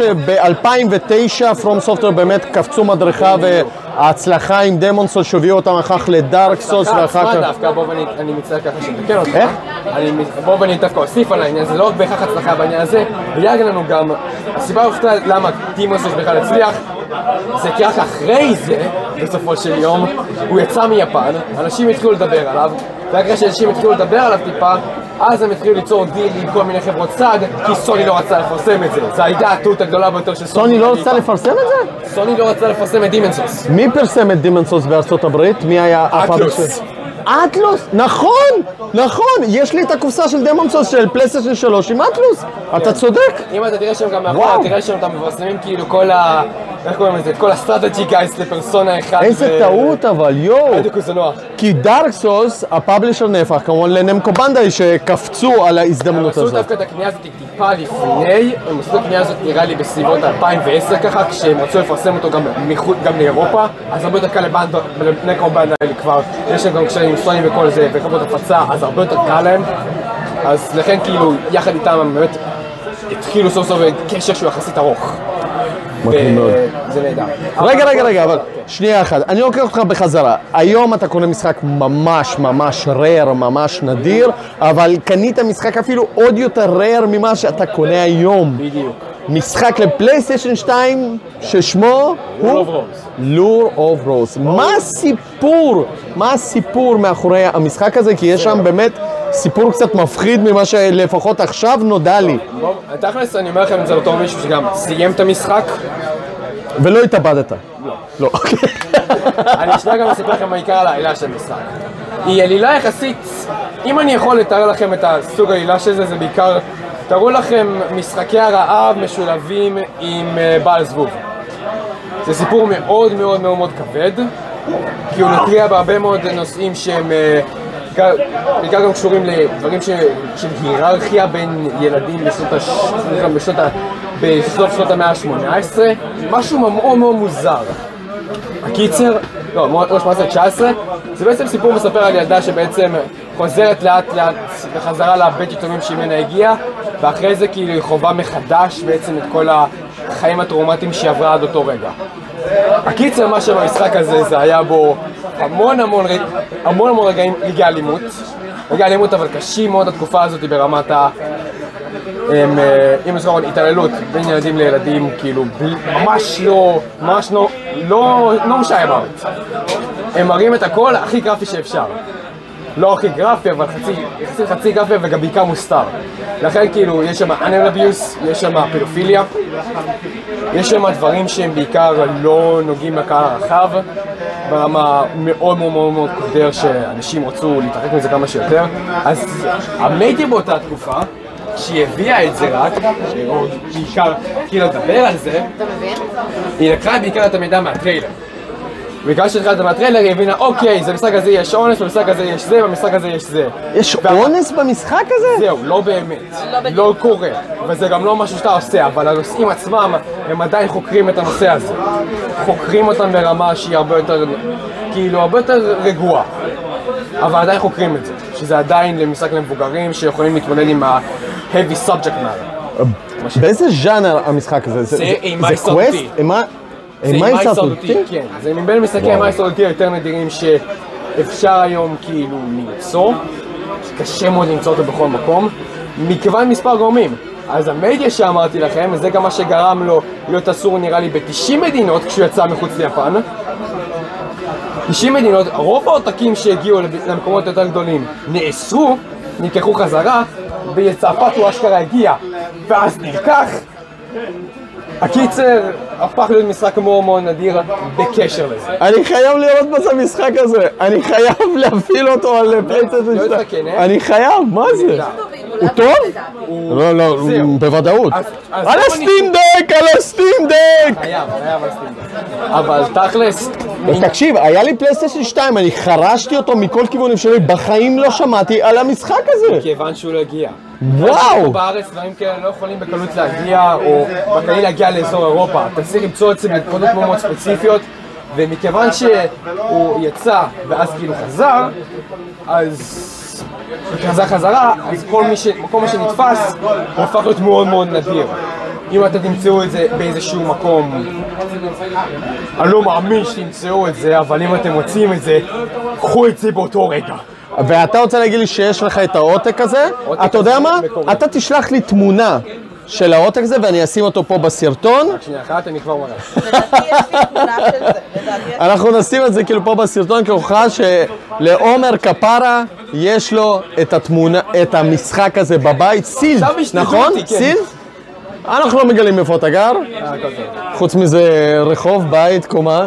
שב-2009 פרום סופטוור באמת קפצו מדריכה וההצלחה עם דמון סולס שהביאו אותם אחר כך לדארק סולס ואחר כך... דווקא בוא ואני מצטער ככה שתקן אותך. איך? בוא ואני דווקא אוסיף על העניין, זה לא רק בהכרח הצלחה בעניין הזה, ויהיה לנו גם, הסיבה הפשוטה למה דמון סולס בכלל הצליח, זה כי רק אחרי זה, בסופו של יום, הוא יצא מיפן, אנשים התחילו לדבר עליו, ואחרי שאנשים התחילו לדבר עליו טיפה, אז הם התחילו ליצור דיל עם כל מיני חברות צד, כי סוני לא רצה לפרסם את זה. זו הייתה הטעות הגדולה ביותר של סוני. סוני לא רצה לפרסם את זה? סוני לא רצה לפרסם את דימון סולס. מי פרסם את דימון סולס בארצות הברית? מי היה אטלוס. אטלוס, נכון, יש לי את הקופסה של דמון סולס של פלייסטיישן 3 עם אטלוס, אתה צודק. אם אתה תראה שם גם מאחורה, תראה שם אותם מפרסמים כאילו כל ה... איך קוראים לזה? את כל הסטרטג'י גייס לפרסונה אחד. איזה טעות אבל, יואו. בדיוק זה נוח. כי דארק סולס, הפאבלישר נהפך כמובן לנמקו בנדאי שקפצו על ההזדמנות הזאת. הם עשו דווקא את הקנייה הזאת טיפה לפני, הם עשו את הקנייה הזאת נראה לי בסביבות 2010 ככה, כשהם רצו לפרסם אותו גם לאירופה, אז הרבה יותר קל לנמקו בנדאי כבר, יש להם גם קשרים עם סוני וכל זה, וחברות הפצה, אז הרבה יותר קל להם. אז לכן כאילו, יחד איתם הם באמת התחילו סוף סוף קשר שהוא יחסית ארוך. מדהים מאוד. זה נהדר. רגע, אבל שנייה אחת, אני לוקח אותך בחזרה. היום אתה קונה משחק ממש רייר, ממש נדיר, אבל קנית משחק אפילו עוד יותר רייר ממה שאתה קונה היום. בדיוק. משחק לפלייסטיישן 2 ששמו הוא Lure of Rose. מה הסיפור מאחורי המשחק הזה? כי יש שם באמת סיפור קצת מפחיד ממה שלפחות עכשיו נודע לי. תכלס אני אומר לכם את זה לאותו מישהו שגם סיים את המשחק ולא התאבדת. לא. אני שנייה גם אספר לכם מה עיקר על העלילה של המשחק. היא עלילה יחסית, אם אני יכול לתאר לכם את הסוג העלילה של זה, זה בעיקר, תראו לכם משחקי הרעב משולבים עם בעל זבוב. זה סיפור מאוד מאוד מאוד מאוד כבד, כי הוא נטריע בהרבה מאוד נושאים שהם בעיקר גם קשורים לדברים של היררכיה בין ילדים בסוף שנות המאה ה-18, משהו מאוד מאוד מוזר. הקיצר, ראש מעשה 19, זה בעצם סיפור מספר על ילדה שבעצם חוזרת לאט לאט בחזרה לבית יתומים שממנה הגיעה, ואחרי זה כאילו היא חובה מחדש בעצם את כל החיים הטראומטיים שהיא עברה עד אותו רגע. הקיצר, מה שבמשחק הזה זה היה בו המון רגעי אלימות, אבל קשים מאוד התקופה הזאת ברמת אם יש נכון התעללות בין ילדים לילדים, כאילו ממש לא משעממת. הם מראים את הכל הכי גרפי שאפשר. לא הכי גרפי, אבל חצי גרפי וגם בעיקר מוסתר. לכן כאילו יש שם animal abuse, יש שם פדופיליה, יש שם דברים שהם בעיקר לא נוגעים לקהל הרחב, ברמה מאוד מאוד מאוד קודר שאנשים רצו להתרחק מזה כמה שיותר. אז המדיה באותה תקופה, שהיא הביאה את זה רק, בעיקר כאילו לדבר על זה, היא לקחה בעיקר את המידע מהטריילר. בגלל שהתחלת מהטריילר היא הבינה, אוקיי, במשחק הזה יש אונס, במשחק הזה יש זה, במשחק הזה יש זה. יש אונס במשחק הזה? זהו, לא באמת, לא קורה, וזה גם לא משהו שאתה עושה, אבל הנושאים עצמם, הם עדיין חוקרים את הנושא הזה. חוקרים אותם ברמה שהיא הרבה יותר, כאילו, הרבה יותר רגועה. אבל עדיין חוקרים את זה, שזה עדיין למשחק למבוגרים שיכולים להתמודד עם ה-heavy subject matter. באיזה ז'אנר המשחק הזה? זה אימה הישרדותי. אימה הישרדותי? כן, זה מבין משחקי אימה הישרדותי היותר נדירים שאפשר היום כאילו למצוא, כי קשה מאוד למצוא אותו בכל מקום, מכיוון מספר גורמים. אז המדיה שאמרתי לכם, וזה גם מה שגרם לו להיות אסור נראה לי ב-90 מדינות כשהוא יצא מחוץ ליפן, 90 מדינות, רוב העותקים שהגיעו למקומות יותר גדולים נאסרו, נלקחו חזרה, בצרפת הוא אשכרה הגיע, ואז נלקח. הקיצר הפך להיות משחק מאוד מאוד נדיר בקשר לזה. אני חייב לראות מה זה המשחק הזה, אני חייב להפעיל אותו על פלייסטיישן 2. אני חייב, מה זה? הוא טוב? לא, לא, בוודאות. על הסטים דק, על הסטים דק! חייב על סטים דק. אבל תכלס... תקשיב, היה לי פלייסטיישן 2, אני חרשתי אותו מכל כיוון אפשרי, בחיים לא שמעתי על המשחק הזה. כיוון שהוא לא הגיע. וואו! בארץ דברים כאלה לא יכולים בקלות להגיע, או בקלות להגיע לאזור אירופה. אתה צריך למצוא את זה בנקודות מאוד מאוד ספציפיות, ומכיוון שהוא יצא ואז כאילו חזר, אז... חזרה, אז כל מה שנתפס הוא הפך להיות מאוד מאוד נדיר. אם אתם תמצאו את זה באיזשהו מקום, אני לא מאמין שתמצאו את זה, אבל אם אתם מוצאים את זה, קחו את זה באותו רגע. ואתה רוצה להגיד לי שיש לך את העותק הזה? אתה יודע מה? אתה תשלח לי תמונה של העותק הזה ואני אשים אותו פה בסרטון. רק שנייה אחת, אני כבר מראה. לדעתי יש לי תמונה של זה. אנחנו נשים את זה כאילו פה בסרטון כהוכחה שלעומר כפרה יש לו את התמונה, את המשחק הזה בבית, סילד, נכון? סילד? אנחנו לא מגלים איפה אתה גר, חוץ מזה רחוב, בית, קומה.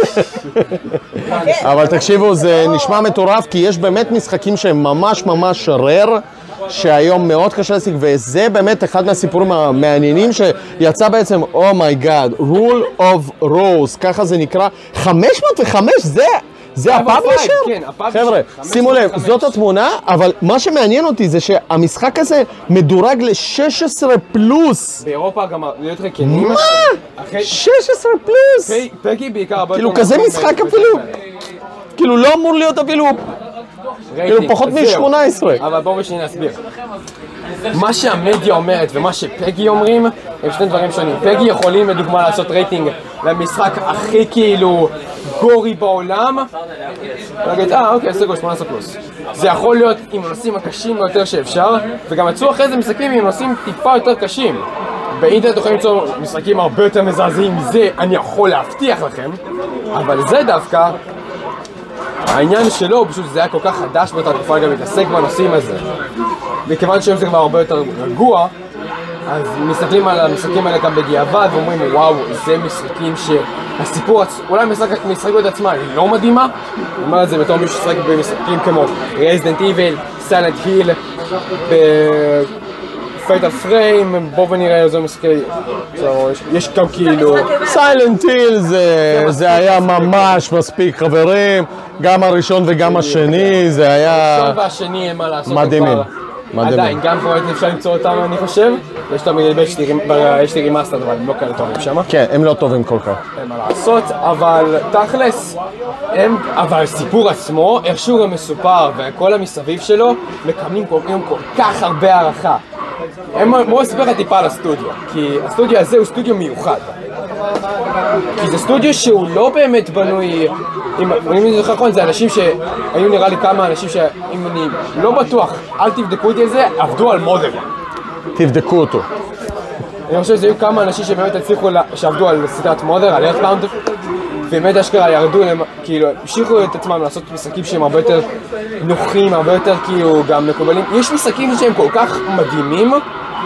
אבל תקשיבו, זה נשמע מטורף, כי יש באמת משחקים שהם ממש ממש רר, שהיום מאוד קשה להשיג, וזה באמת אחד מהסיפורים המעניינים שיצא בעצם, אומייגאד, Rule of Rose, ככה זה נקרא, 505, זה הפאבלישר? כן, הפאבלישר. חבר'ה, שימו לב, זאת התמונה, אבל מה שמעניין אותי זה שהמשחק הזה מדורג ל-16 פלוס. באירופה גם להיות רקנים. מה? 16 פלוס? פגי בעיקר... כאילו כזה משחק אפילו, כאילו לא אמור להיות אפילו, כאילו פחות מ-18. אבל בואו שניה נסביר. מה שהמדיה אומרת ומה שפגי אומרים הם שני דברים שונים. פגי יכולים לדוגמה לעשות רייטינג למשחק הכי כאילו גורי בעולם ולהגיד, אוקיי, סגור 18 פלוס. זה יכול להיות עם הנושאים הקשים ביותר שאפשר, וגם יצאו אחרי זה משחקים עם נושאים טיפה יותר קשים. באינטרנט יכולים למצוא משחקים הרבה יותר מזעזעים מזה, אני יכול להבטיח לכם, אבל זה דווקא העניין שלו, פשוט זה היה כל כך חדש באותה תקופה גם להתעסק בנושאים הזה. וכיוון שהיום זה כבר הרבה יותר רגוע, אז מסתכלים על המשחקים האלה גם בדיעבד ואומרים, וואו, זה משחקים שהסיפור, אולי משחק את עצמה היא לא מדהימה. אני אומר את זה בתור מישהו ששחק במשחקים כמו Resident Evil, Silent Hill, Fatal Frame, בואו ונראה איזה משחקי, יש גם כאילו... Silent Hill זה היה ממש מספיק חברים, גם הראשון וגם השני, זה היה... הראשון והשני אין מה לעשות. מדהימים. עדיין, גם פרויקט אפשר למצוא אותם אני חושב, יש לי רימאסטר אבל הם לא כאלה טובים שם. כן, הם לא טובים כל כך. אין מה לעשות, אבל תכלס, אבל הסיפור עצמו, איכשהו גם מסופר וכל המסביב שלו, מקבלים כל כך הרבה הערכה. בואו נספר לך טיפה על הסטודיו, כי הסטודיו הזה הוא סטודיו מיוחד. כי זה סטודיו שהוא לא באמת בנוי, אם אני זוכר נכון, זה אנשים שהיו נראה לי כמה אנשים שאם אני לא בטוח, אל תבדקו את זה, עבדו על מודל. תבדקו אותו. אני חושב שזה היו כמה אנשים שבאמת הצליחו, שעבדו על סדרת מודל, על ארת'באונד, ובאמת אשכרה ירדו, כאילו, המשיכו את עצמם לעשות משחקים שהם הרבה יותר נוחים, הרבה יותר כאילו גם מקובלים. יש משחקים שהם כל כך מדהימים,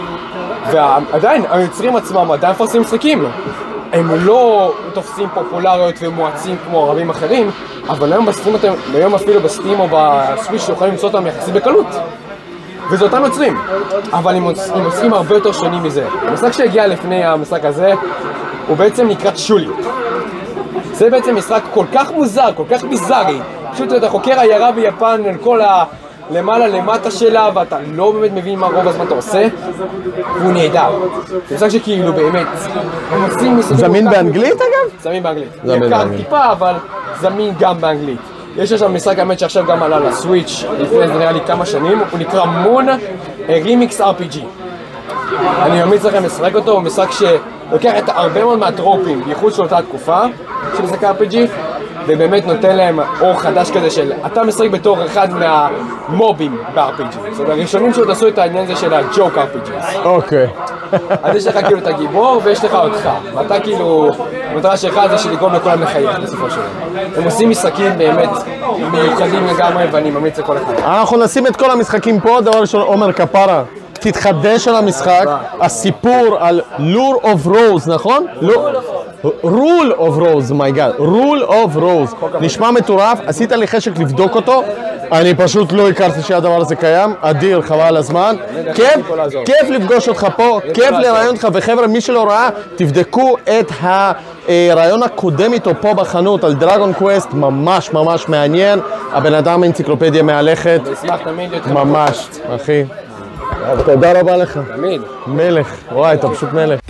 ועדיין, היוצרים עצמם עדיין מפרסמים משחקים. הם לא תופסים פופולריות ומועצים כמו רבים אחרים, אבל היום אפילו בסטים או בסוויץ' יכולים למצוא אותם יחסית בקלות. וזה אותם יוצרים, אבל הם עושים הרבה יותר שונים מזה. המשחק שהגיע לפני המשחק הזה, הוא בעצם נקרא שולי. זה בעצם משחק כל כך מוזר, כל כך ביזארי. פשוט אתה חוקר עיירה ביפן על כל למעלה למטה שלה, ואתה לא באמת מבין מה רוב הזמן אתה עושה, והוא נהדר. זה משחק שכאילו באמת, הם עושים משחקים... זמין באנגלית אגב? זמין באנגלית. יקר טיפה, אבל זמין גם באנגלית. יש שם משחק האמת שעכשיו גם עלה לסוויץ' לפני זה נראה לי כמה שנים, הוא נקרא מון רימיקס RPG. אני ממליץ לכם לשחק אותו, הוא משחק שלוקח את הרבה מאוד מהטרופים, בייחוד של אותה תקופה של משחק RPG, ובאמת נותן להם אור חדש כזה של אתה משחק בתור אחד מהמובים ב-RPG. זאת אומרת, הראשונים שעוד עשו את העניין הזה של הג'וק RPG. אוקיי. אז יש לך כאילו את הגיבור ויש לך אותך, ואתה כאילו, המטרה שלך זה שלגרום לכולם לחייך בסופו של דבר. הם עושים משחקים באמת מיוחדים לגמרי ואני ממליץ לכל אחד. אנחנו נשים את כל המשחקים פה, דבר ראשון עומר כפרה. תתחדש על המשחק, הסיפור על Lure of Rose, נכון? Rule of Rose, my God, Rule of Rose. נשמע מטורף, עשית לי חשק לבדוק אותו, אני פשוט לא הכרתי שהדבר הזה קיים, אדיר, חבל על הזמן. כיף לפגוש אותך פה, כיף לראיין אותך, וחבר'ה, מי שלא ראה, תבדקו את הרעיון הקודם איתו פה בחנות על דרגון קווסט, ממש ממש מעניין, הבן אדם אנציקלופדיה מהלכת, ממש, אחי. תודה רבה לך. תמיד. מלך, וואי, אתה פשוט מלך.